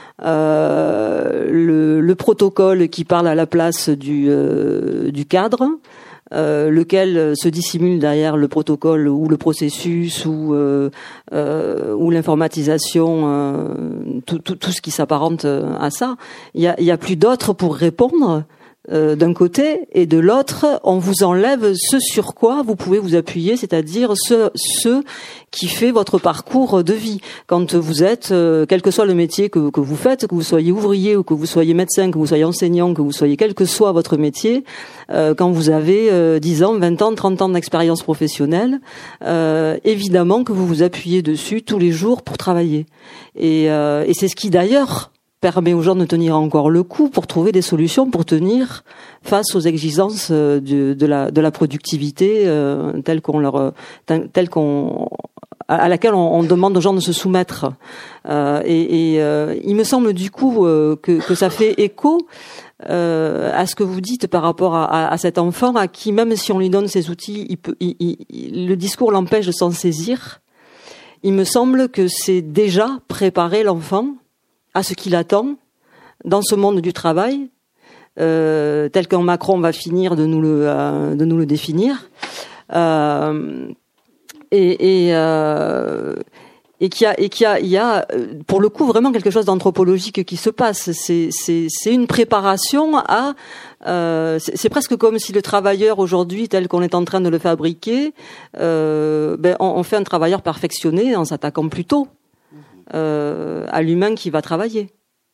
euh, le, le protocole qui parle à la place du, euh, du cadre, Euh, lequel se dissimule derrière le protocole ou le processus ou euh, euh, ou l'informatisation, euh, tout, tout, tout ce qui s'apparente à ça. Il y a, il y a plus d'autres pour répondre euh, d'un côté, et de l'autre, on vous enlève ce sur quoi vous pouvez vous appuyer, c'est-à-dire ce, ce qui fait votre parcours de vie. Quand vous êtes, euh, quel que soit le métier que, que vous faites, que vous soyez ouvrier ou que vous soyez médecin, que vous soyez enseignant, que vous soyez quel que soit votre métier, euh, quand vous avez euh, dix ans, vingt ans, trente ans d'expérience professionnelle, euh, évidemment que vous vous appuyez dessus tous les jours pour travailler. Et, euh, et c'est ce qui d'ailleurs permet aux gens de tenir encore le coup pour trouver des solutions pour tenir face aux exigences de, de la de la productivité euh, telle qu'on leur telle qu'on à laquelle on, on demande aux gens de se soumettre. Euh, et et euh, il me semble du coup euh, que que ça fait écho euh, à ce que vous dites par rapport à, à, à cet enfant à qui, même si on lui donne ses outils, il peut il, il, le discours l'empêche de s'en saisir. Il me semble que c'est déjà préparer l'enfant à ce qu'il attend dans ce monde du travail, euh, tel qu'un Macron va finir de nous le, euh, de nous le définir, euh, et, et, euh, et qu'il y a, et qu'il y a, il y a, pour le coup, vraiment quelque chose d'anthropologique qui se passe. C'est, c'est, c'est une préparation à, euh, c'est, c'est presque comme si le travailleur aujourd'hui, tel qu'on est en train de le fabriquer, euh, ben, on, on fait un travailleur perfectionné en s'attaquant plus tôt Euh, à l'humain qui va travailler.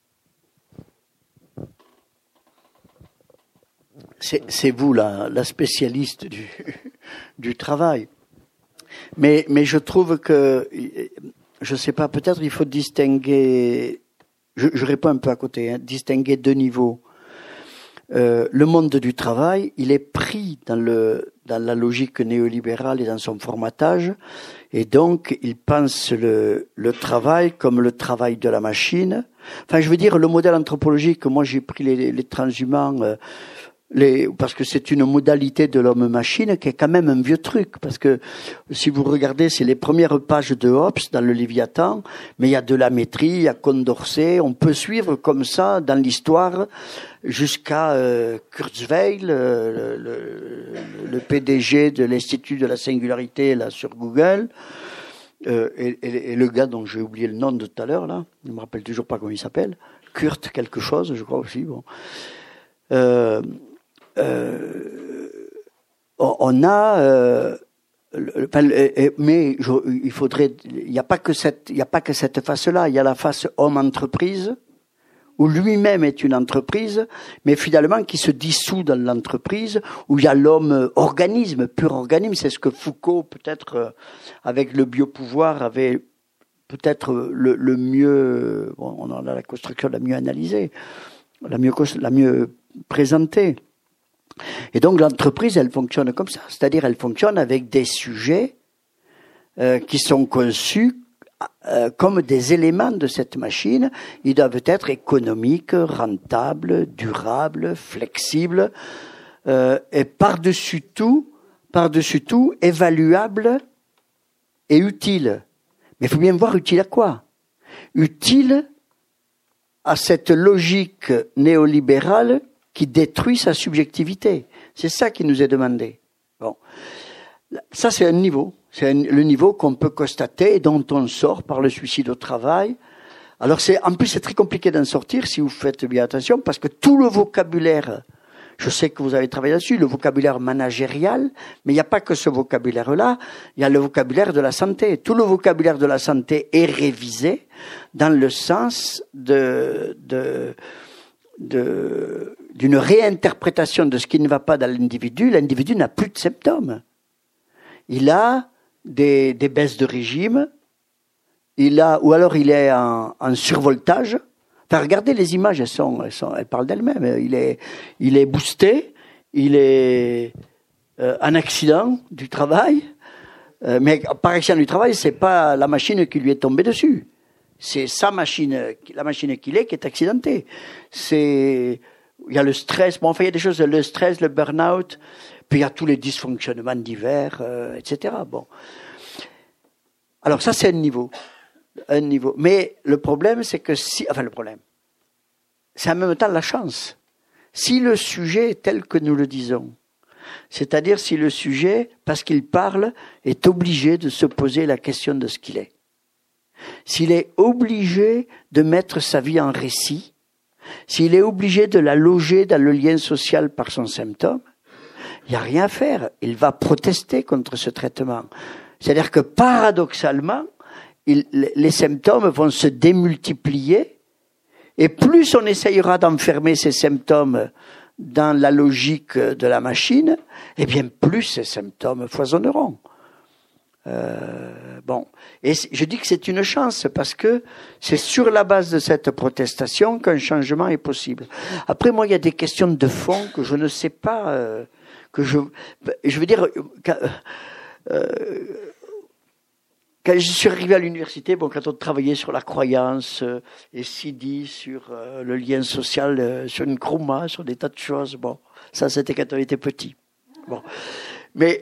C'est, c'est vous la, la spécialiste du, du travail. Mais, mais je trouve que, je sais pas, peut-être il faut distinguer, je, je réponds un peu à côté, hein, distinguer deux niveaux. Euh, le monde du travail, il est pris dans le dans la logique néolibérale et dans son formatage, et donc il pense le le travail comme le travail de la machine. Enfin, je veux dire, le modèle anthropologique, moi j'ai pris les, les transhumants, euh, les, parce que c'est une modalité de l'homme-machine qui est quand même un vieux truc, parce que si vous regardez, c'est les premières pages de Hobbes dans le Léviathan, mais il y a de la Métrie, il y a Condorcet, on peut suivre comme ça dans l'histoire jusqu'à euh, Kurzweil, euh, le, le, le P D G de l'Institut de la Singularité là sur Google, euh, et, et, et le gars dont j'ai oublié le nom de tout à l'heure là, je me rappelle toujours pas comment il s'appelle, Kurt quelque chose, je crois aussi. Bon, euh, euh, on a, euh, le, mais je, il faudrait, il n'y a pas que cette, il n'y a pas que cette face-là, il y a la face homme-entreprise, où lui-même est une entreprise, mais finalement qui se dissout dans l'entreprise, où il y a l'homme organisme, pur organisme. C'est ce que Foucault, peut-être, avec le biopouvoir, avait peut-être le, le mieux, bon, on a la construction la mieux analysée, la mieux, la mieux présentée. Et donc l'entreprise, elle fonctionne comme ça, c'est-à-dire elle fonctionne avec des sujets euh, qui sont conçus euh, comme des éléments de cette machine. Ils doivent être économiques, rentables, durables, flexibles, euh, et par-dessus tout, par-dessus tout, évaluables et utiles. Mais il faut bien voir utile à quoi? Utile à cette logique néolibérale qui détruit sa subjectivité. C'est ça qui nous est demandé. Bon, ça c'est un niveau, c'est un, le niveau qu'on peut constater et dont on sort par le suicide au travail. Alors c'est, en plus c'est très compliqué d'en sortir si vous faites bien attention, parce que tout le vocabulaire, je sais que vous avez travaillé là-dessus, le vocabulaire managérial, mais il n'y a pas que ce vocabulaire-là, il y a le vocabulaire de la santé. Tout le vocabulaire de la santé est révisé dans le sens de, de, de, d'une réinterprétation de ce qui ne va pas dans l'individu. L'individu n'a plus de symptômes. Il a des, des baisses de régime, il a, ou alors il est en, en survoltage. Enfin, regardez les images, elles sont, elles sont, elles parlent d'elles-mêmes. Il est, il est boosté, il est euh, un accident du travail, euh, mais par accident du travail, c'est pas la machine qui lui est tombée dessus, c'est sa machine, la machine qu'il est qui est accidentée. C'est, il y a le stress, bon, enfin il y a des choses, le stress, le burn-out, puis il y a tous les dysfonctionnements divers, euh, et cetera. Bon, alors ça c'est un niveau. Un niveau. Mais le problème, c'est que si, enfin le problème, c'est en même temps la chance. Si le sujet est tel que nous le disons, c'est-à-dire si le sujet, parce qu'il parle, est obligé de se poser la question de ce qu'il est, s'il est obligé de mettre sa vie en récit, s'il est obligé de la loger dans le lien social par son symptôme, il n'y a rien à faire. Il va protester contre ce traitement. C'est-à-dire que paradoxalement, Il, les symptômes vont se démultiplier, et plus on essayera d'enfermer ces symptômes dans la logique de la machine, et bien plus ces symptômes foisonneront. Euh, bon, et je dis que c'est une chance parce que c'est sur la base de cette protestation qu'un changement est possible. Après, moi, il y a des questions de fond que je ne sais pas, euh, que je, je veux dire. Euh, Quand je suis arrivé à l'université, bon, quand on travaillait sur la croyance, euh, et Sidi sur euh, le lien social, euh, sur une Nkrumah, sur des tas de choses, bon, ça c'était quand on était petit. Bon, mais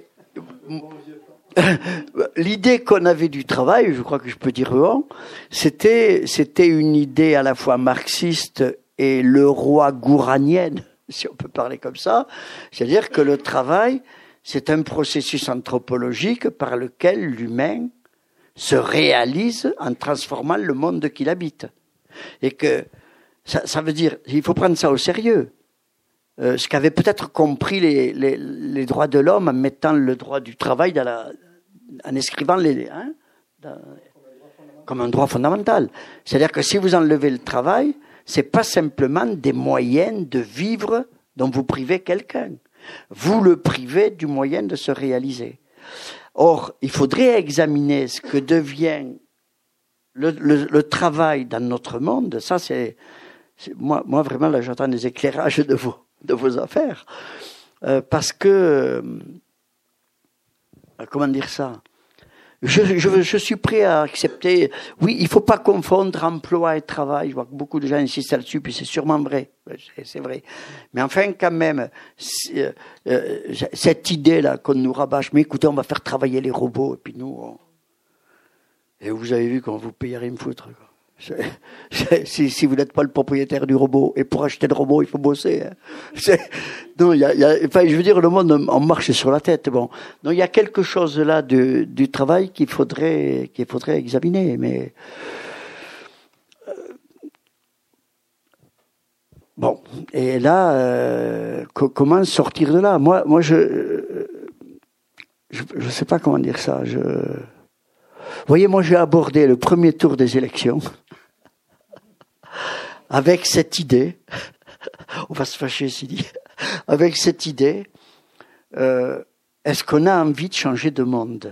l'idée qu'on avait du travail, je crois que je peux dire Rohan, c'était c'était une idée à la fois marxiste et le roi gouranienne, si on peut parler comme ça, c'est-à-dire que le travail, c'est un processus anthropologique par lequel l'humain se réalise en transformant le monde qu'il habite. Et que ça, ça veut dire, il faut prendre ça au sérieux. Euh, ce qu'avaient peut-être compris les, les, les droits de l'homme en mettant le droit du travail dans la, en inscrivant les, hein, dans, comme un droit fondamental. C'est-à-dire que si vous enlevez le travail, c'est pas simplement des moyens de vivre dont vous privez quelqu'un. Vous le privez du moyen de se réaliser. Or, il faudrait examiner ce que devient le, le, le travail dans notre monde. Ça, c'est, c'est moi, moi vraiment là, j'attends des éclairages de vos, de vos affaires, euh, parce que euh, comment dire ça. Je, je, je suis prêt à accepter. Oui, il faut pas confondre emploi et travail. Je vois que beaucoup de gens insistent là-dessus, puis c'est sûrement vrai. C'est, c'est vrai. Mais enfin, quand même, euh, euh, cette idée-là qu'on nous rabâche, mais écoutez, on va faire travailler les robots, et puis nous, on... et vous avez vu qu'on vous paye rien me foutre, quoi. C'est, c'est, si, si vous n'êtes pas le propriétaire du robot, et pour acheter le robot, il faut bosser. Hein. C'est, non, il y a, il y a, enfin, je veux dire, le monde en marche sur la tête. Bon, donc il y a quelque chose là de, du travail qu'il faudrait, qu'il faudrait examiner. Mais euh, bon, et là, euh, co- comment sortir de là? Moi, moi, je, je, je sais pas comment dire ça. Je, vous voyez, moi, j'ai abordé le premier tour des élections avec cette idée, on va se fâcher s'il dit, avec cette idée, euh, est-ce qu'on a envie de changer de monde?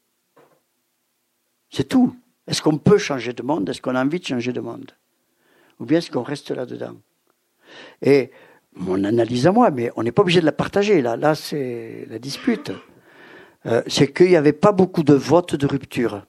C'est tout. Est-ce qu'on peut changer de monde? Est-ce qu'on a envie de changer de monde? Ou bien est-ce qu'on reste là-dedans? Et mon analyse à moi, mais on n'est pas obligé de la partager, là, là c'est la dispute, euh, c'est qu'il n'y avait pas beaucoup de votes de rupture.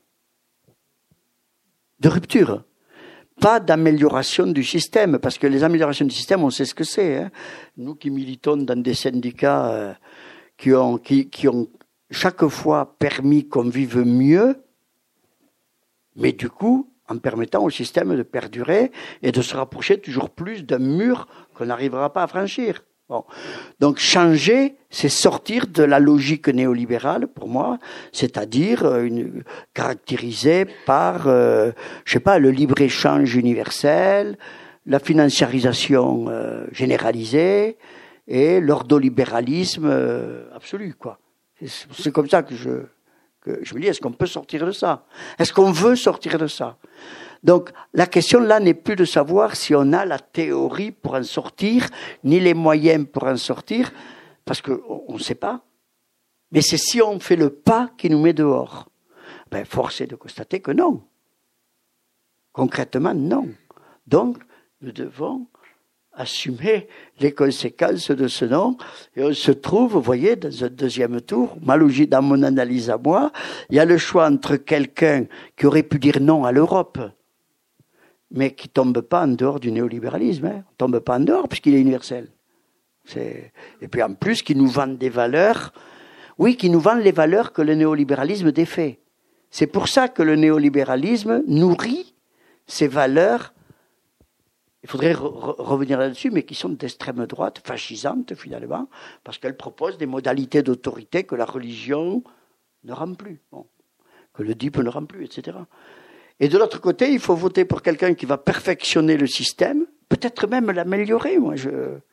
De rupture. Pas d'amélioration du système, parce que les améliorations du système, on sait ce que c'est. Hein. Nous qui militons dans des syndicats euh, qui, ont, qui, qui ont chaque fois permis qu'on vive mieux, mais du coup, en permettant au système de perdurer et de se rapprocher toujours plus d'un mur qu'on n'arrivera pas à franchir. Bon. Donc changer, c'est sortir de la logique néolibérale, pour moi, c'est-à-dire une, caractérisée par, euh, je sais pas, le libre-échange universel, la financiarisation euh, généralisée et l'ordolibéralisme euh, absolu, quoi. C'est, c'est comme ça que je, que je me dis, est-ce qu'on peut sortir de ça? Est-ce qu'on veut sortir de ça? Donc, la question là n'est plus de savoir si on a la théorie pour en sortir, ni les moyens pour en sortir, parce qu'on ne sait pas. Mais c'est si on fait le pas qui nous met dehors. Ben, force est de constater que non. Concrètement, non. Donc, nous devons assumer les conséquences de ce non. Et on se trouve, vous voyez, dans un deuxième tour, ma logique, dans mon analyse à moi, il y a le choix entre quelqu'un qui aurait pu dire non à l'Europe, mais qui ne tombe pas en dehors du néolibéralisme. Hein. On ne tombe pas en dehors puisqu'il est universel. C'est... Et puis en plus, qui nous vend des valeurs, oui, qui nous vend les valeurs que le néolibéralisme défait. C'est pour ça que le néolibéralisme nourrit ces valeurs, il faudrait re- revenir là-dessus, mais qui sont d'extrême droite, fascisantes finalement, parce qu'elles proposent des modalités d'autorité que la religion ne rend plus, bon, que le D I P ne rend plus, et cetera. Et de l'autre côté, il faut voter pour quelqu'un qui va perfectionner le système, peut-être même l'améliorer, moi je...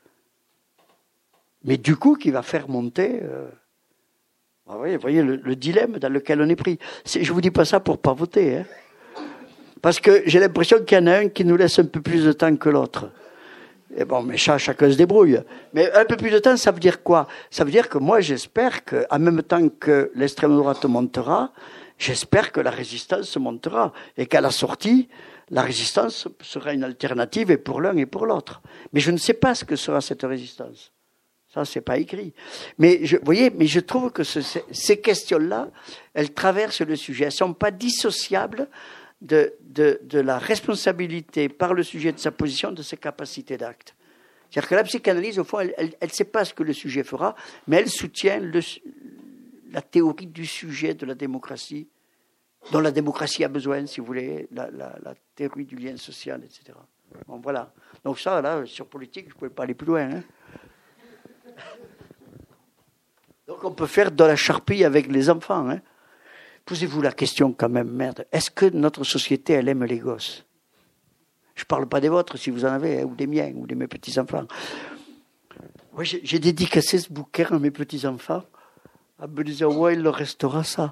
mais du coup qui va faire monter... Euh... Vous voyez, vous voyez le, le dilemme dans lequel on est pris. C'est, je ne vous dis pas ça pour ne pas voter, hein. Parce que j'ai l'impression qu'il y en a un qui nous laisse un peu plus de temps que l'autre. Et bon, mais ça, chacun se débrouille. Mais un peu plus de temps, ça veut dire quoi? Ça veut dire que moi, j'espère qu'en même temps que l'extrême droite montera, j'espère que la résistance montera. Et qu'à la sortie, la résistance sera une alternative et pour l'un et pour l'autre. Mais je ne sais pas ce que sera cette résistance. Ça, c'est pas écrit. Mais je, vous voyez, mais je trouve que ce, ces questions-là, elles traversent le sujet. Elles sont pas dissociables de, de, de la responsabilité par le sujet de sa position, de ses capacités d'acte. C'est-à-dire que la psychanalyse, au fond, elle ne sait pas ce que le sujet fera, mais elle soutient le, la théorie du sujet de la démocratie, dont la démocratie a besoin, si vous voulez, la, la, la théorie du lien social, et cetera. Bon, voilà. Donc ça, là, sur politique, je ne pouvais pas aller plus loin, hein. Donc on peut faire de la charpie avec les enfants, hein. Posez-vous la question quand même, merde. Est-ce que notre société, elle aime les gosses? Je ne parle pas des vôtres, si vous en avez, hein, ou des miens, ou de mes petits-enfants. Moi, j'ai, j'ai dédicacé ce bouquin à mes petits-enfants, en me disant, ouais, il leur restera ça.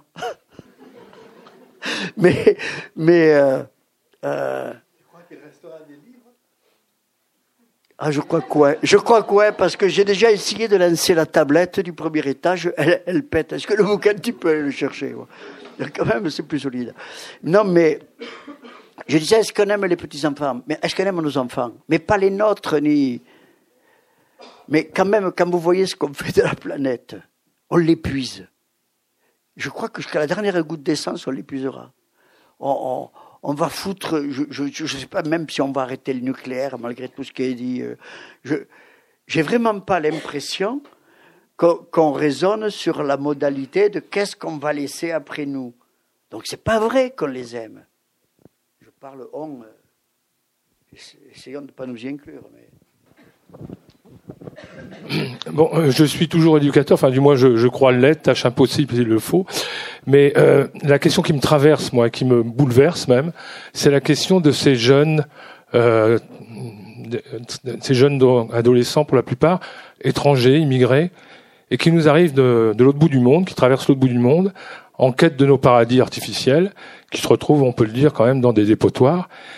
mais, mais, euh, euh, tu crois qu'il restera des livres? Ah, je crois que ouais. Je crois que ouais, parce que j'ai déjà essayé de lancer la tablette du premier étage, elle, elle pète. Est-ce que le bouquin, tu peux aller le chercher? Ouais. Quand même, c'est plus solide. Non, mais je disais, est-ce qu'on aime les petits-enfants? Mais est-ce qu'on aime nos enfants? Mais pas les nôtres, ni... Mais quand même, quand vous voyez ce qu'on fait de la planète, on l'épuise. Je crois que jusqu'à la dernière goutte d'essence, on l'épuisera. On, on, on va foutre, je ne sais pas même si on va arrêter le nucléaire, malgré tout ce qui est dit. Je n'ai vraiment pas l'impression qu'on, qu'on raisonne sur la modalité de qu'est-ce qu'on va laisser après nous. Donc c'est pas vrai qu'on les aime. Je parle on, euh, essayons de ne pas nous y inclure. Mais... Bon, euh, je suis toujours éducateur, enfin du moins je, je crois l'être, tâche impossible s'il le faut. Mais euh, la question qui me traverse, moi, qui me bouleverse même, c'est la question de ces jeunes, euh, de, de, ces jeunes adolescents pour la plupart, étrangers, immigrés, et qui nous arrivent de, de l'autre bout du monde, qui traversent l'autre bout du monde, en quête de nos paradis artificiels, qui se retrouvent, on peut le dire quand même, dans des dépotoirs.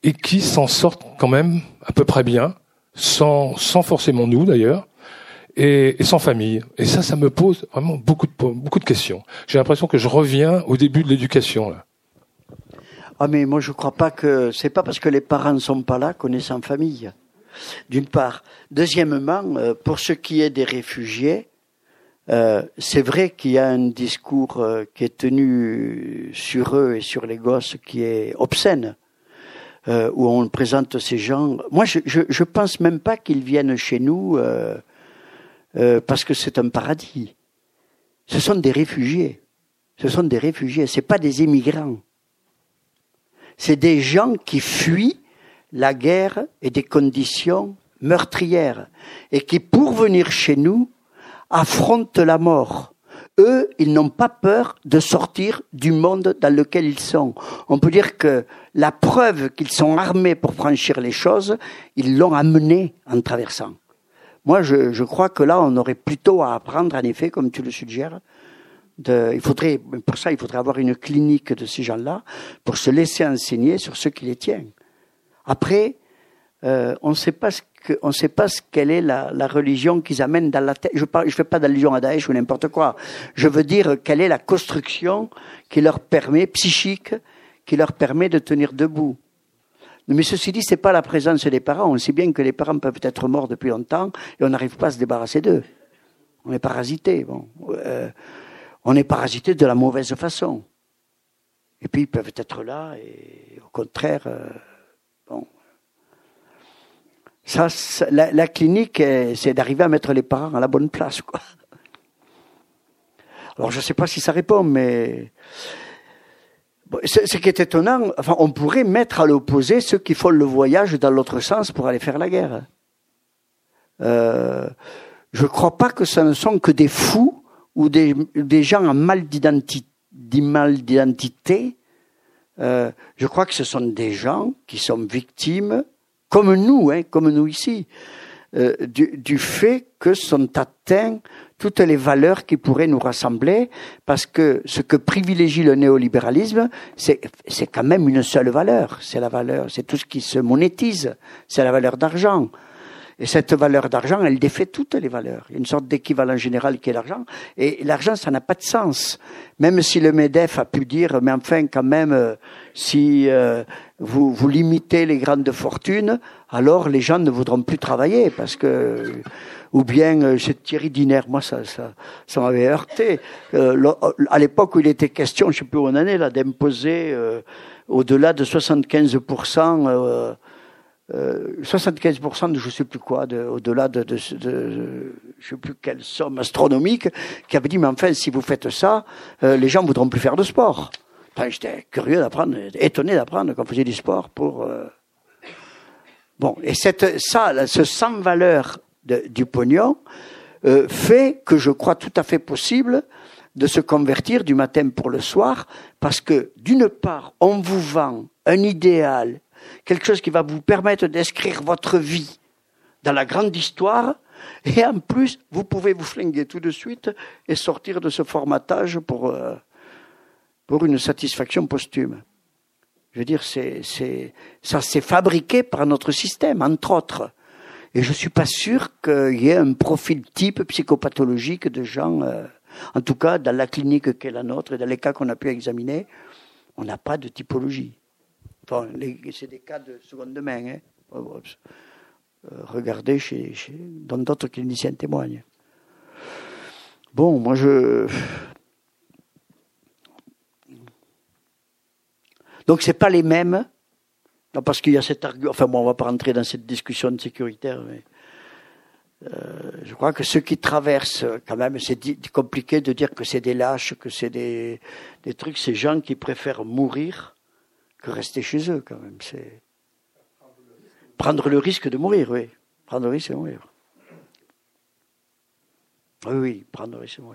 et qui s'en sortent quand même à peu près bien, sans, sans forcément nous d'ailleurs, et, et sans famille. Et ça, ça me pose vraiment beaucoup de, beaucoup de questions. J'ai l'impression que je reviens au début de l'éducation, là. Ah, mais moi, je crois pas que c'est pas parce que les parents ne sont pas là qu'on est sans famille. D'une part. Deuxièmement, euh, pour ce qui est des réfugiés, euh, c'est vrai qu'il y a un discours euh, qui est tenu sur eux et sur les gosses qui est obscène, euh, où on présente ces gens. Moi, je, je, je pense même pas qu'ils viennent chez nous euh, euh, parce que c'est un paradis. Ce sont des réfugiés. Ce sont des réfugiés. C'est pas des immigrants. C'est des gens qui fuient la guerre et des conditions meurtrières et qui, pour venir chez nous, affrontent la mort. Eux, ils n'ont pas peur de sortir du monde dans lequel ils sont. On peut dire que la preuve qu'ils sont armés pour franchir les choses, ils l'ont amené en traversant. Moi, je, je crois que là, on aurait plutôt à apprendre, en effet, comme tu le suggères, De, il faudrait, pour ça, il faudrait avoir une clinique de ces gens-là pour se laisser enseigner sur ce qui les tient. Après, euh, on ne sait pas ce que, on sait pas ce quelle est la, la religion qu'ils amènent dans la tête. Je ne je fais pas d'allusion à Daesh ou n'importe quoi. Je veux dire quelle est la construction qui leur permet, psychique, qui leur permet de tenir debout. Mais ceci dit, c'est pas la présence des parents. On sait bien que les parents peuvent être morts depuis longtemps et on n'arrive pas à se débarrasser d'eux. On est parasités. Bon. Euh, On est parasité de la mauvaise façon. Et puis, ils peuvent être là, et au contraire, euh, bon. Ça, ça la, la clinique, c'est d'arriver à mettre les parents à la bonne place, quoi. Alors, je ne sais pas si ça répond, mais bon, ce, ce qui est étonnant, enfin, on pourrait mettre à l'opposé ceux qui font le voyage dans l'autre sens pour aller faire la guerre. Euh, je ne crois pas que ce ne sont que des fous ou des, des gens en mal d'identité, mal d'identité, euh, je crois que ce sont des gens qui sont victimes, comme nous, hein, comme nous ici, euh, du, du fait que sont atteints toutes les valeurs qui pourraient nous rassembler, parce que ce que privilégie le néolibéralisme, c'est, c'est quand même une seule valeur, c'est la valeur, c'est tout ce qui se monétise, c'est la valeur d'argent. Et cette valeur d'argent, elle défait toutes les valeurs. Il y a une sorte d'équivalent général qui est l'argent. Et l'argent, ça n'a pas de sens. Même si le MEDEF a pu dire, mais enfin, quand même, euh, si euh, vous, vous limitez les grandes fortunes, alors les gens ne voudront plus travailler. Parce que, ou bien, euh, c'est Thierry Diner, moi, ça, ça, ça m'avait heurté. Euh, le, à l'époque où il était question, je ne sais plus où on en est, là, d'imposer euh, au-delà de soixante-quinze pour cent... Euh, Euh, soixante-quinze pour cent de je sais plus quoi, de, au-delà de, de, de, de je sais plus quelle somme astronomique, qui avait dit mais enfin si vous faites ça, euh, les gens voudront plus faire de sport. Enfin, j'étais curieux d'apprendre, étonné d'apprendre qu'on faisait du sport pour. Euh... Bon, et cette ça, ce sans valeur de, du pognon euh, fait que je crois tout à fait possible de se convertir du matin pour le soir, parce que d'une part on vous vend un idéal, quelque chose qui va vous permettre d'inscrire votre vie dans la grande histoire, et en plus, vous pouvez vous flinguer tout de suite et sortir de ce formatage pour, euh, pour une satisfaction posthume. Je veux dire, c'est, c'est, ça s'est fabriqué par notre système, entre autres. Et je ne suis pas sûr qu'il y ait un profil type psychopathologique de gens, euh, en tout cas dans la clinique qui est la nôtre et dans les cas qu'on a pu examiner, on n'a pas de typologie. Enfin, les, c'est des cas de seconde main. Hein. Euh, regardez chez, chez, dans d'autres cliniciens témoignent. Bon, moi je... Donc c'est pas les mêmes, non, parce qu'il y a cet argument, enfin bon, on va pas rentrer dans cette discussion de sécuritaire, mais euh, je crois que ceux qui traversent, quand même, c'est di- compliqué de dire que c'est des lâches, que c'est des, des trucs, ces gens qui préfèrent mourir que rester chez eux, quand même. C'est prendre le risque de mourir, oui. Prendre le risque de mourir. Oui, oui, prendre le risque de mourir.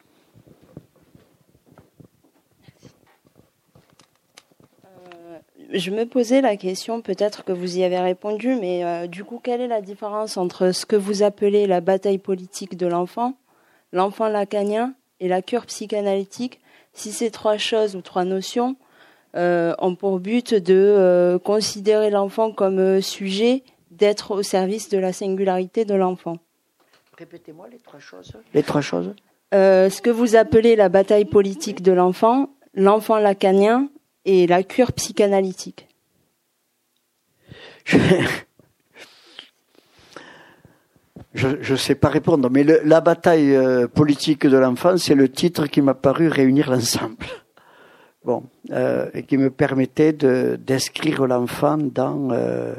Euh, je me posais la question, peut-être que vous y avez répondu, mais euh, du coup, quelle est la différence entre ce que vous appelez la bataille politique de l'enfant, l'enfant lacanien et la cure psychanalytique, si ces trois choses ou trois notions euh, ont pour but de euh, considérer l'enfant comme euh, sujet, d'être au service de la singularité de l'enfant. Répétez-moi les trois choses. Les trois choses. Euh, ce que vous appelez la bataille politique de l'enfant, l'enfant lacanien et la cure psychanalytique. Je ne sais pas répondre, mais le, la bataille euh, politique de l'enfant, c'est le titre qui m'a paru réunir l'ensemble. Bon, euh, et qui me permettait de d'inscrire l'enfant dans euh,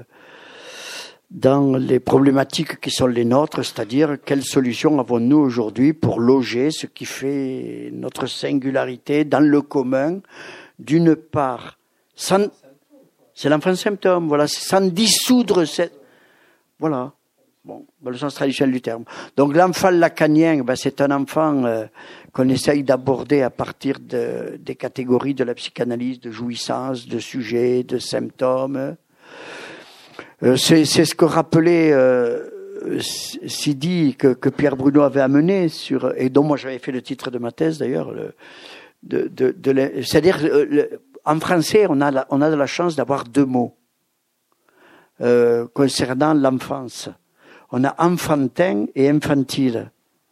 dans les problématiques qui sont les nôtres, c'est-à-dire quelles solutions avons-nous aujourd'hui pour loger ce qui fait notre singularité dans le commun, d'une part, sans, c'est l'enfant symptôme, voilà, sans dissoudre cette, voilà. Bon, le sens traditionnel du terme. Donc l'enfant lacanien, ben, c'est un enfant euh, qu'on essaye d'aborder à partir de, des catégories de la psychanalyse, de jouissance, de sujet, de symptômes. Euh, c'est, c'est ce que rappelait euh, Sidi, que, que Pierre Bruno avait amené, sur, et dont moi j'avais fait le titre de ma thèse d'ailleurs. Le, de, de, de, de, c'est-à-dire, euh, le, en français, on a, la, on a de la chance d'avoir deux mots euh, concernant l'enfance. On a enfantin et infantile.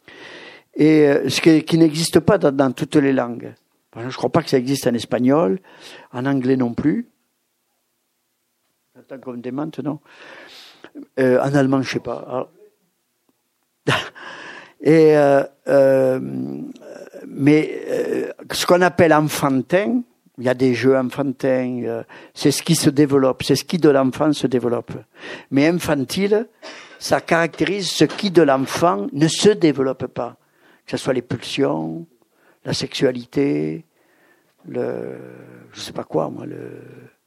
Et euh, ce qui, qui n'existe pas dans, dans toutes les langues. Je ne crois pas que ça existe en espagnol, en anglais non plus. Attends qu'on me démente, non. Euh, en allemand, je ne sais pas. Alors... et, euh, euh, mais euh, ce qu'on appelle enfantin, il y a des jeux enfantins, euh, c'est ce qui se développe, c'est ce qui de l'enfant se développe. Mais infantile, ça caractérise ce qui de l'enfant ne se développe pas. Que ce soit les pulsions, la sexualité, le, je sais pas quoi, moi, le,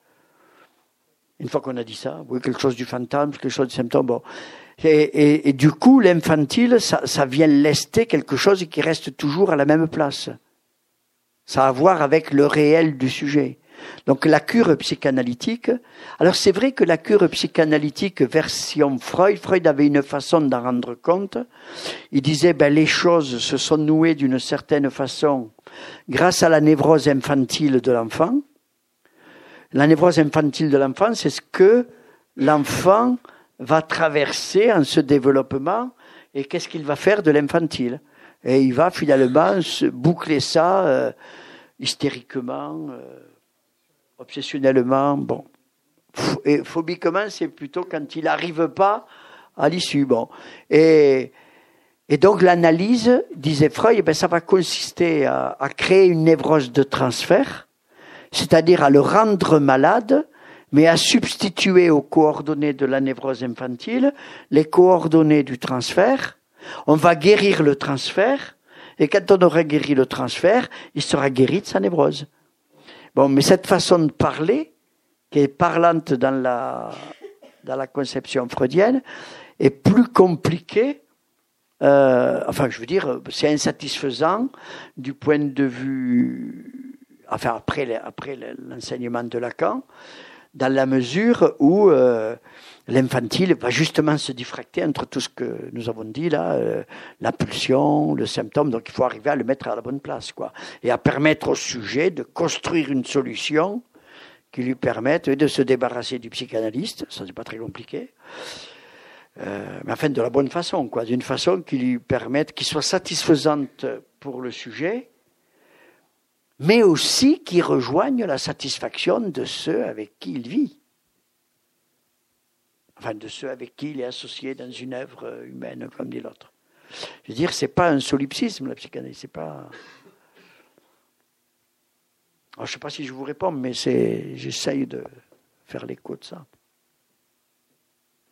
une fois qu'on a dit ça, oui, quelque chose du fantôme, quelque chose du symptôme, bon. Et, et, et du coup, l'infantile, ça, ça vient lester quelque chose qui reste toujours à la même place. Ça a à voir avec le réel du sujet. Donc la cure psychanalytique, alors c'est vrai que la cure psychanalytique version Freud, Freud avait une façon d'en rendre compte. Il disait, ben, les choses se sont nouées d'une certaine façon grâce à la névrose infantile de l'enfant. La névrose infantile de l'enfant, c'est ce que l'enfant va traverser en ce développement, et qu'est-ce qu'il va faire de l'infantile. Et il va finalement se boucler ça euh, hystériquement, euh, obsessionnellement, bon. Et phobiquement, c'est plutôt quand il n'arrive pas à l'issue, bon. Et, et donc l'analyse, disait Freud, ben, ça va consister à, à créer une névrose de transfert, c'est-à-dire à le rendre malade, mais à substituer aux coordonnées de la névrose infantile les coordonnées du transfert. On va guérir le transfert, et quand on aura guéri le transfert, il sera guéri de sa névrose. Bon, mais cette façon de parler, qui est parlante dans la, dans la conception freudienne, est plus compliquée. Euh, enfin, je veux dire, c'est insatisfaisant du point de vue, enfin, après, après l'enseignement de Lacan, dans la mesure où euh, l'infantile va justement se diffracter entre tout ce que nous avons dit là, euh, la pulsion, le symptôme, donc il faut arriver à le mettre à la bonne place, quoi, et à permettre au sujet de construire une solution qui lui permette de se débarrasser du psychanalyste, ça c'est pas très compliqué, euh, mais enfin de la bonne façon, quoi, d'une façon qui lui permette, qui soit satisfaisante pour le sujet, mais aussi qui rejoignent la satisfaction de ceux avec qui il vit. Enfin, de ceux avec qui il est associé dans une œuvre humaine, comme dit l'autre. Je veux dire, c'est pas un solipsisme, la psychanalyse, c'est pas... Alors, je sais pas si je vous réponds, mais c'est... j'essaye de faire l'écho de ça. Oui ?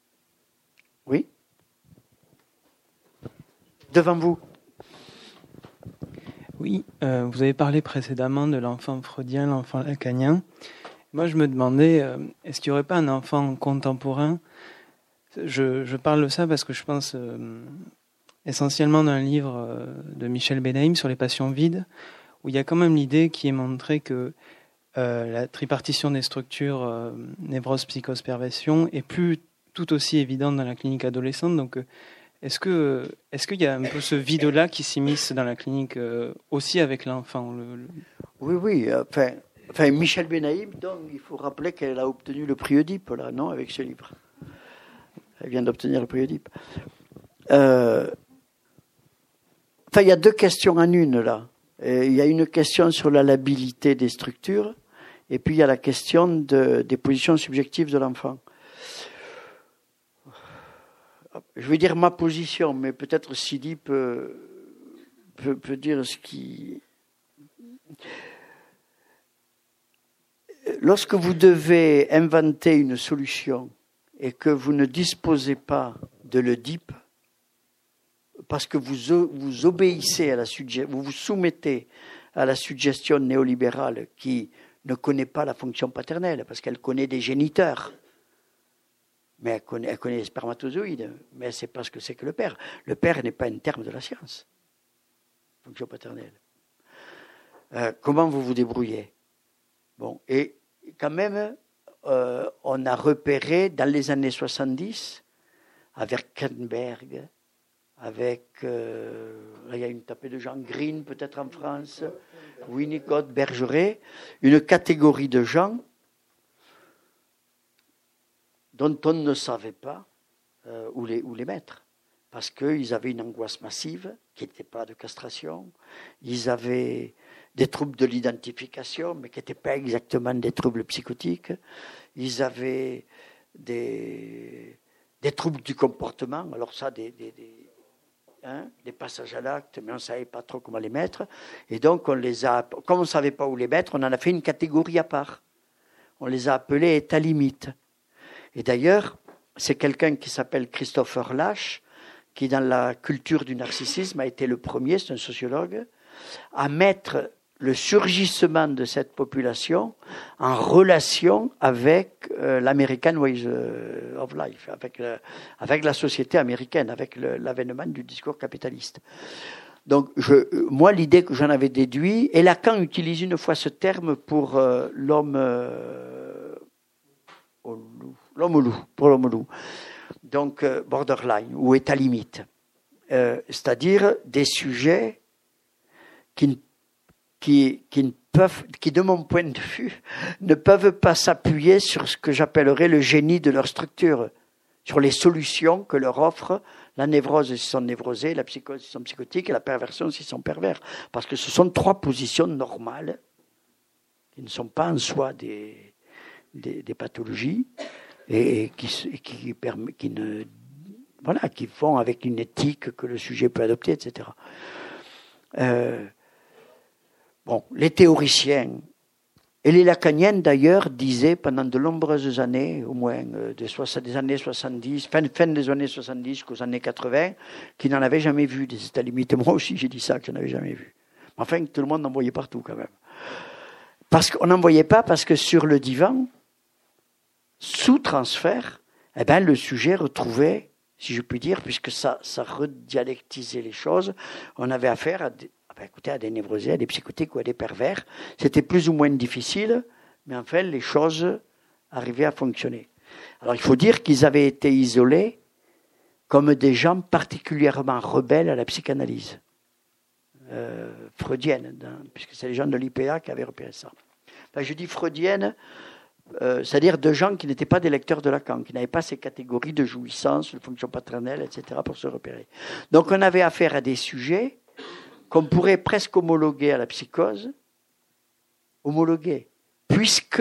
Devant vous. Oui, euh, vous avez parlé précédemment de l'enfant freudien, l'enfant lacanien. Moi, je me demandais, euh, est-ce qu'il n'y aurait pas un enfant contemporain ? je, je parle de ça parce que je pense euh, essentiellement d'un livre euh, de Michel Benaïm sur les passions vides, où il y a quand même l'idée qui est montrée que euh, la tripartition des structures euh, névrose, psychose, perversion est plus tout aussi évidente dans la clinique adolescente. Donc, euh, Est-ce que est-ce qu'il y a un peu ce vide-là qui s'immisce dans la clinique euh, aussi avec l'enfant le, le... Oui, oui. Enfin, Enfin, Michel Benaïm, donc, il faut rappeler qu'elle a obtenu le prix Oedipe, là, non, avec ce livre. Elle vient d'obtenir le prix Oedipe. Euh, enfin, il y a deux questions en une, là. Et il y a une question sur la labilité des structures, et puis il y a la question de, des positions subjectives de l'enfant. Je vais dire ma position, mais peut-être Sidi peut, peut, peut dire ce qui... Lorsque vous devez inventer une solution et que vous ne disposez pas de l'Oedipe, parce que vous, vous obéissez à la suggestion, vous vous soumettez à la suggestion néolibérale qui ne connaît pas la fonction paternelle, parce qu'elle connaît des géniteurs. Mais elle connaît, elle connaît les spermatozoïdes, mais elle ne sait pas ce que c'est que le père. Le père n'est pas un terme de la science. Fonction paternelle. Euh, comment vous vous débrouillez? Bon, et quand même, euh, on a repéré dans les années soixante-dix, avec Kernberg, avec, euh, là il y a une tapée de gens, Green peut-être en France, Winnicott, Bergeret, une catégorie de gens dont on ne savait pas euh, où, les, où les mettre, parce qu'ils avaient une angoisse massive, qui n'était pas de castration, ils avaient des troubles de l'identification, mais qui n'étaient pas exactement des troubles psychotiques, ils avaient des, des troubles du comportement, alors ça, des, des, des, hein, des passages à l'acte, mais on ne savait pas trop comment les mettre, et donc on les a, comme on ne savait pas où les mettre, on en a fait une catégorie à part. On les a appelés états limites. Et d'ailleurs, c'est quelqu'un qui s'appelle Christopher Lasch, qui dans la culture du narcissisme a été le premier, c'est un sociologue, à mettre le surgissement de cette population en relation avec euh, l'American Ways of Life, avec, le, avec la société américaine, avec le, l'avènement du discours capitaliste. Donc, je, moi, l'idée que j'en avais déduit, et Lacan utilise une fois ce terme pour euh, l'homme euh, au loup. L'homme au loup, pour l'homme au loup. Donc, euh, borderline, ou état limite. Euh, c'est-à-dire des sujets qui, qui, qui, ne peuvent, qui, de mon point de vue, ne peuvent pas s'appuyer sur ce que j'appellerais le génie de leur structure, sur les solutions que leur offre la névrose s'ils sont névrosés, la psychose s'ils sont psychotiques, et la perversion s'ils sont pervers. Parce que ce sont trois positions normales, qui ne sont pas en soi des, des, des pathologies, et qui, et qui, permet, qui, ne, voilà, qui font avec une éthique que le sujet peut adopter, et cetera. Euh, bon, les théoriciens, et les lacaniennes d'ailleurs, disaient pendant de nombreuses années, au moins euh, des, soix- des années soixante-dix, fin, fin des années soixante-dix jusqu'aux années quatre-vingts, qu'ils n'en avaient jamais vu des états limites. Moi aussi, j'ai dit ça, que je n'en avais jamais vu. Enfin, tout le monde en voyait partout quand même. Parce qu'on n'en voyait pas parce que sur le divan, sous transfert, eh ben, le sujet retrouvait, si je puis dire, puisque ça, ça redialectisait les choses, on avait affaire à des, ah ben, écoutez, à des névrosés, à des psychotiques ou à des pervers. C'était plus ou moins difficile, mais enfin, les choses arrivaient à fonctionner. Alors, il faut dire qu'ils avaient été isolés comme des gens particulièrement rebelles à la psychanalyse euh, freudienne, dans, puisque c'est les gens de l'I P A qui avaient repéré ça. Enfin, je dis freudienne, Euh, c'est-à-dire de gens qui n'étaient pas des lecteurs de Lacan, qui n'avaient pas ces catégories de jouissance, de fonction paternelle, et cetera, pour se repérer. Donc on avait affaire à des sujets qu'on pourrait presque homologuer à la psychose, homologuer, puisque,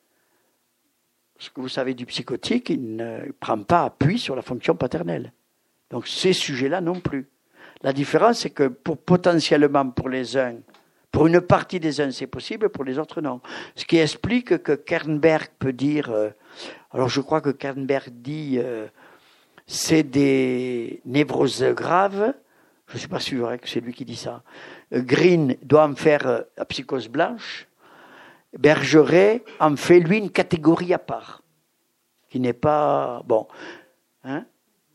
ce que vous savez du psychotique, il ne prend pas appui sur la fonction paternelle. Donc ces sujets-là non plus. La différence, c'est que pour, potentiellement pour les uns, pour une partie des uns, c'est possible, pour les autres, non. Ce qui explique que Kernberg peut dire... Euh, alors, je crois que Kernberg dit euh, c'est des névroses graves. Je ne suis pas sûr hein, que c'est lui qui dit ça. Euh, Green doit en faire euh, la psychose blanche. Bergeret en fait, lui, une catégorie à part, qui n'est pas... Bon. Hein,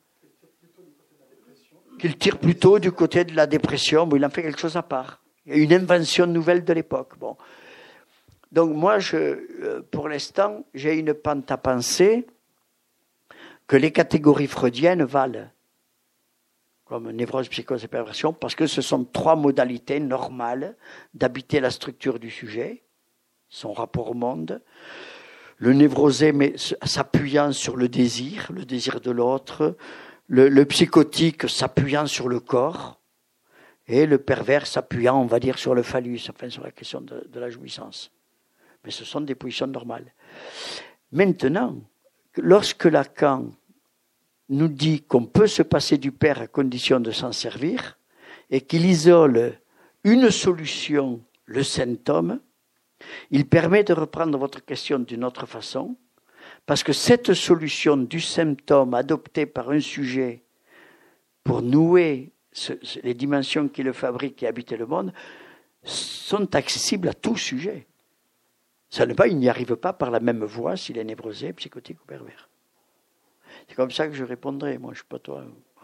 qu'il tire plutôt du côté de la dépression. Bon, il en fait quelque chose à part. Une invention nouvelle de l'époque. Bon. Donc moi, je, pour l'instant, j'ai une pente à penser que les catégories freudiennes valent, comme névrose, psychose et perversion, parce que ce sont trois modalités normales d'habiter la structure du sujet, son rapport au monde. Le névrosé, mais s'appuyant sur le désir, le désir de l'autre. Le, le psychotique s'appuyant sur le corps. Et le pervers s'appuyant, on va dire, sur le phallus, enfin sur la question de, de la jouissance. Mais ce sont des positions normales. Maintenant, lorsque Lacan nous dit qu'on peut se passer du père à condition de s'en servir, et qu'il isole une solution, le symptôme, il permet de reprendre votre question d'une autre façon, parce que cette solution du symptôme adoptée par un sujet pour nouer ce, ce, les dimensions qui le fabriquent et habitent le monde sont accessibles à tout sujet. Ça ne pas, il n'y arrive pas par la même voie s'il est névrosé, psychotique ou pervers. C'est comme ça que je répondrai. Moi, je ne suis pas toi.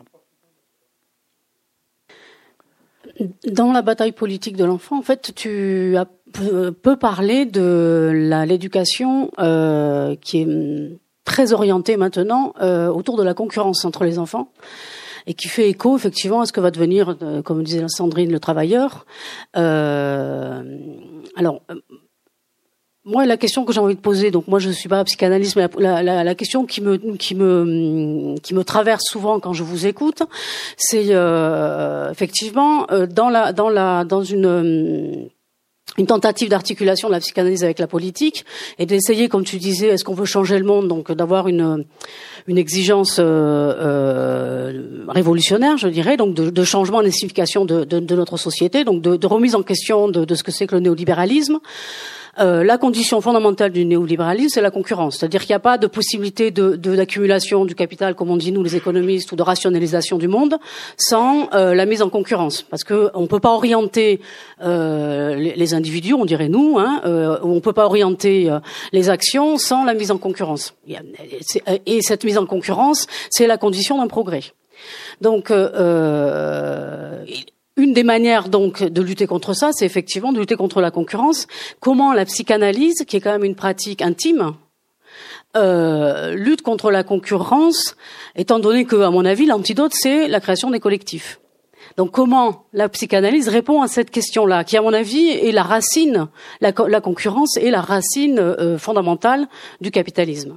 Dans la bataille politique de l'enfant, en fait, tu as, peux parler de la, l'éducation euh, qui est très orientée maintenant euh, autour de la concurrence entre les enfants et qui fait écho effectivement à ce que va devenir, euh, comme disait Sandrine, le travailleur. Euh, alors. Moi, la question que j'ai envie de poser, donc moi je ne suis pas psychanalyste, mais la, la, la question qui me qui me qui me traverse souvent quand je vous écoute, c'est euh, effectivement euh, dans la dans la dans une une tentative d'articulation de la psychanalyse avec la politique et d'essayer, comme tu disais, est-ce qu'on veut changer le monde, donc d'avoir une une exigence euh, euh, révolutionnaire, je dirais, donc de, de changement et de signification de, de, de notre société, donc de, de remise en question de, de ce que c'est que le néolibéralisme. Euh, la condition fondamentale du néolibéralisme, c'est la concurrence. C'est-à-dire qu'il n'y a pas de possibilité de, de, d'accumulation du capital, comme on dit nous les économistes, ou de rationalisation du monde, sans euh, la mise en concurrence. Parce que on peut pas orienter euh, les, les individus, on dirait nous, hein, euh, on peut pas orienter euh, les actions sans la mise en concurrence. Et cette mise en concurrence, c'est la condition d'un progrès. Donc, euh, une des manières donc de lutter contre ça, c'est effectivement de lutter contre la concurrence. Comment la psychanalyse, qui est quand même une pratique intime, euh, lutte contre la concurrence, étant donné que, à mon avis, l'antidote, c'est la création des collectifs. Donc comment la psychanalyse répond à cette question-là, qui, à mon avis, est la racine, la, la concurrence est la racine euh, fondamentale du capitalisme.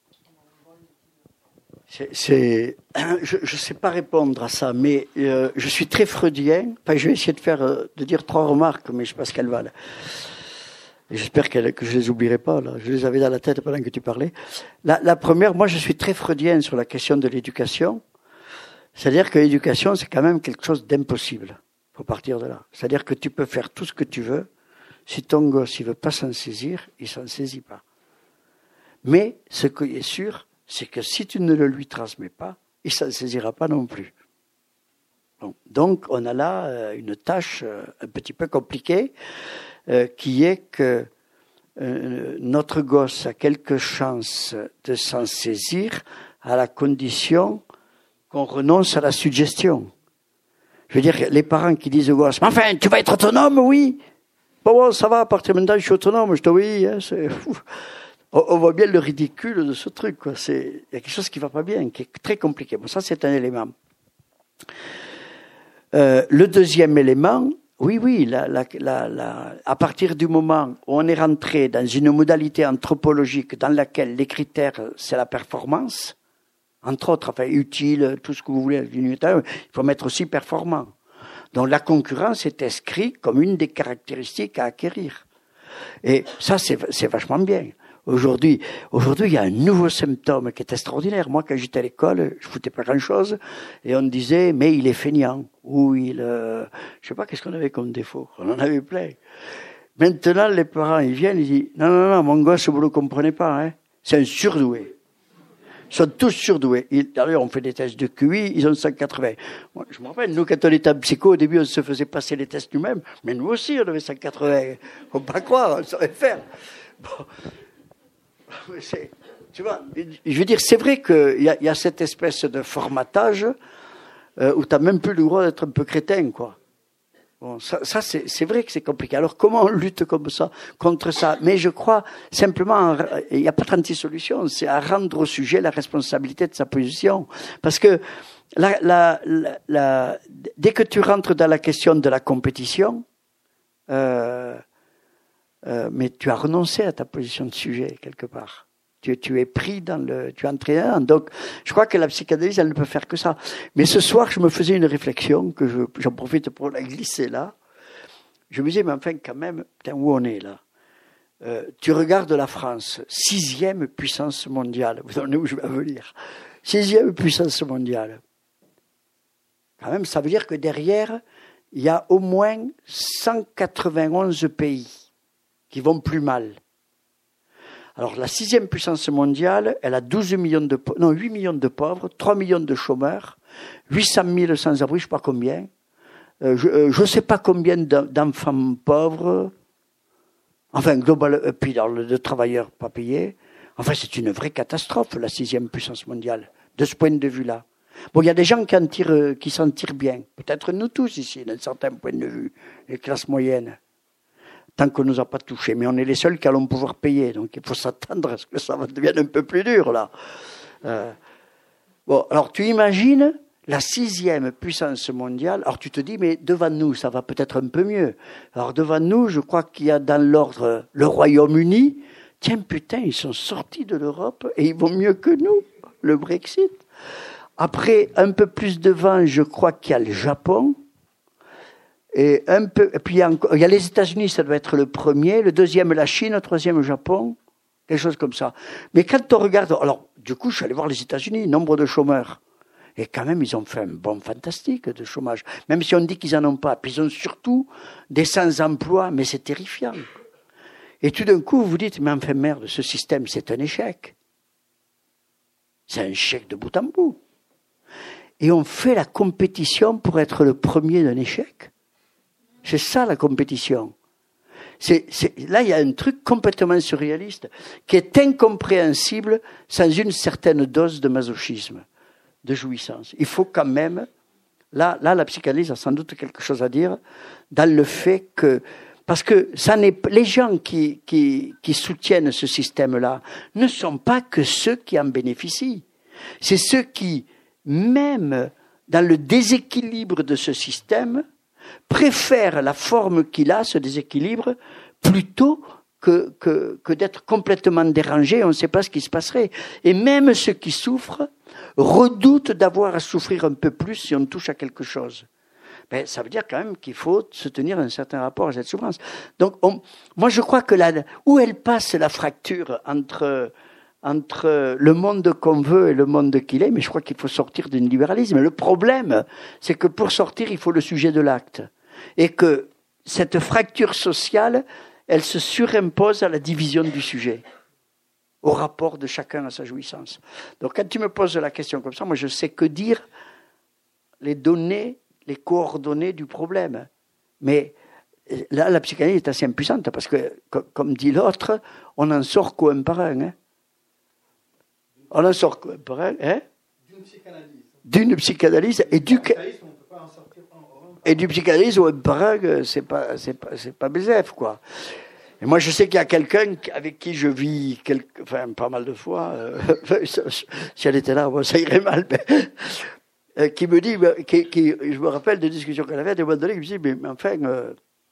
C'est, c'est, je ne sais pas répondre à ça, mais euh, je suis très freudien. Enfin, je vais essayer de faire, euh, de dire trois remarques, mais je ne sais pas ce qu'elles valent. Et j'espère qu'elle, que je les oublierai pas. Là, je les avais dans la tête pendant que tu parlais. La, la première, moi, je suis très freudien sur la question de l'éducation. C'est-à-dire que l'éducation, c'est quand même quelque chose d'impossible. Il faut partir de là. C'est-à-dire que tu peux faire tout ce que tu veux. Si ton gosse, il veut pas s'en saisir, il s'en saisit pas. Mais ce qui est sûr, c'est que si tu ne le lui transmets pas, il ne s'en saisira pas non plus. Bon. Donc, on a là euh, une tâche euh, un petit peu compliquée, euh, qui est que euh, notre gosse a quelques chances de s'en saisir à la condition qu'on renonce à la suggestion. Je veux dire, les parents qui disent au gosse, « Mais enfin, tu vas être autonome, oui !» Bon, bon, ça va, à partir de maintenant, je suis autonome, je te oui, hein, c'est fou. On voit bien le ridicule de ce truc, quoi. C'est, il y a quelque chose qui va pas bien, qui est très compliqué. Bon, ça, c'est un élément. Euh, le deuxième élément, oui, oui, la, la, la, la, à partir du moment où on est rentré dans une modalité anthropologique dans laquelle les critères, c'est la performance, entre autres, enfin, utile, tout ce que vous voulez, il faut mettre aussi performant. Donc, la concurrence est inscrite comme une des caractéristiques à acquérir. Et ça, c'est, c'est vachement bien. Aujourd'hui, aujourd'hui, il y a un nouveau symptôme qui est extraordinaire. Moi, quand j'étais à l'école, je foutais pas grand-chose, et on me disait, mais il est feignant, ou il, euh, je sais pas, qu'est-ce qu'on avait comme défaut. On en avait plein. Maintenant, les parents, ils viennent, ils disent, non, non, non, mon gosse, vous le comprenez pas, hein. C'est un surdoué. Ils sont tous surdoués. Ils, d'ailleurs, on fait des tests de Q I, ils ont cent quatre-vingts. Moi, je me rappelle, nous, quand on était en psycho, au début, on se faisait passer les tests nous-mêmes, mais nous aussi, on avait cent quatre-vingts. Faut pas croire, on savait faire. Bon. C'est, tu vois, je veux dire, c'est vrai qu'il y a, y a cette espèce de formatage euh, où tu n'as même plus le droit d'être un peu crétin, quoi. Bon, ça, ça c'est, c'est vrai que c'est compliqué. Alors, comment on lutte comme ça, contre ça? Mais je crois simplement, il n'y a pas trente-six solutions, c'est à rendre au sujet la responsabilité de sa position. Parce que la, la, la, la, dès que tu rentres dans la question de la compétition, euh, euh, mais tu as renoncé à ta position de sujet, quelque part. Tu, tu es pris dans le... Tu es entré dedans. Donc, je crois que la psychanalyse, elle ne peut faire que ça. Mais ce soir, je me faisais une réflexion, que je, j'en profite pour la glisser là. Je me disais, mais enfin, quand même, putain, où on est là? Euh, tu regardes la France, sixième puissance mondiale. Vous savez où je vais venir? Sixième puissance mondiale. Quand même, ça veut dire que derrière, il y a au moins cent quatre-vingt-onze pays qui vont plus mal. Alors, la sixième puissance mondiale, elle a douze millions de, non, huit millions de pauvres, trois millions de chômeurs, huit cent mille sans-abri, je ne sais pas combien, euh, je ne sais pas combien d'enfants pauvres, enfin, global, et puis dans le, de travailleurs pas payés. Enfin, c'est une vraie catastrophe, la sixième puissance mondiale, de ce point de vue-là. Bon, il y a des gens qui en tirent, qui s'en tirent bien. Peut-être nous tous ici, d'un certain point de vue, les classes moyennes. Tant qu'on ne nous a pas touchés. Mais on est les seuls qui allons pouvoir payer. Donc il faut s'attendre à ce que ça devienne un peu plus dur, là. Euh, bon, alors tu imagines la sixième puissance mondiale. Alors tu te dis, mais devant nous, ça va peut-être un peu mieux. Alors devant nous, je crois qu'il y a dans l'ordre le Royaume-Uni. Tiens, putain, ils sont sortis de l'Europe et ils vont mieux que nous, le Brexit. Après, un peu plus devant, je crois qu'il y a le Japon. Et un peu, et puis il y, a encore, il y a les États-Unis, ça doit être le premier, le deuxième la Chine, le troisième le Japon, quelque chose comme ça. Mais quand on regarde, alors du coup je suis allé voir les États-Unis, nombre de chômeurs, et quand même ils ont fait un bond fantastique de chômage, même si on dit qu'ils en ont pas. Puis ils ont surtout des sans-emploi, mais c'est terrifiant. Et tout d'un coup vous vous dites, mais enfin merde, ce système c'est un échec. C'est un échec de bout en bout. Et on fait la compétition pour être le premier d'un échec. C'est ça la compétition. C'est, c'est, là, il y a un truc complètement surréaliste qui est incompréhensible sans une certaine dose de masochisme, de jouissance. Il faut quand même, là, là, la psychanalyse a sans doute quelque chose à dire dans le fait que, parce que ça n'est, les gens qui, qui, qui soutiennent ce système-là ne sont pas que ceux qui en bénéficient. C'est ceux qui, même dans le déséquilibre de ce système, préfère la forme qu'il a, ce déséquilibre, plutôt que, que, que d'être complètement dérangé, on ne sait pas ce qui se passerait. Et même ceux qui souffrent redoutent d'avoir à souffrir un peu plus si on touche à quelque chose. Ben, ça veut dire quand même qu'il faut se tenir un certain rapport à cette souffrance. Donc, on, moi je crois que là, où elle passe la fracture entre... entre le monde qu'on veut et le monde qu'il est, mais je crois qu'il faut sortir d'un libéralisme. Le problème, c'est que pour sortir, il faut le sujet de l'acte. Et que cette fracture sociale, elle se surimpose à la division du sujet, au rapport de chacun à sa jouissance. Donc quand tu me poses la question comme ça, moi je sais que dire les données, les coordonnées du problème. Mais là, la psychanalyse est assez impuissante, parce que, comme dit l'autre, on n'en sort qu'un par un, hein. On en sort quoi, hein? D'une psychanalyse. D'une psychanalyse et du et du psychanalyse ou un parrain, c'est pas c'est pas c'est pas Bézef, quoi. Et moi je sais qu'il y a quelqu'un avec qui je vis quelque, enfin pas mal de fois. Euh, si elle était là, bon, ça irait mal. Mais, euh, qui me dit, qui, qui, je me rappelle des discussions qu'on avait à un moment donné, qui me dit mais, mais enfin. Euh,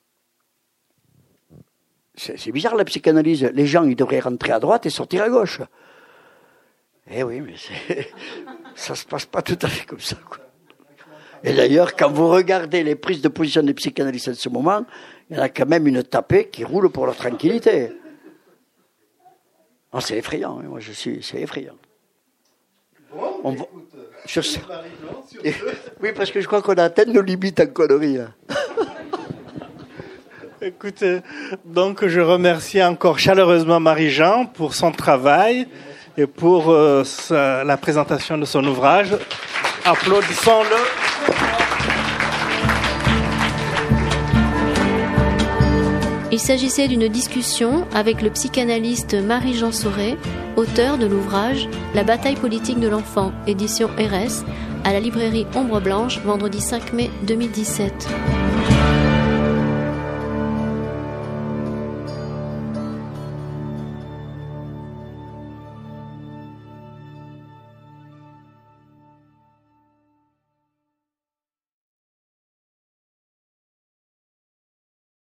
c'est, c'est bizarre la psychanalyse. Les gens ils devraient rentrer à droite et sortir à gauche. Eh oui, mais c'est... ça se passe pas tout à fait comme ça, quoi. Et d'ailleurs, quand vous regardez les prises de position des psychanalystes en ce moment, il y en a quand même une tapée qui roule pour leur tranquillité. Oh, c'est effrayant, moi je suis, c'est effrayant. Bon, On écoute, va... sur ce... sur Et... Oui, parce que je crois qu'on a atteint nos limites en conneries, là. Écoute, donc je remercie encore chaleureusement Marie-Jean pour son travail et pour euh, sa, la présentation de son ouvrage. Applaudissons-le. Il s'agissait d'une discussion avec le psychanalyste Marie-Jean Sauret, auteur de l'ouvrage La bataille politique de l'enfant, édition R S, à la librairie Ombre Blanche, vendredi cinq mai deux mille dix-sept.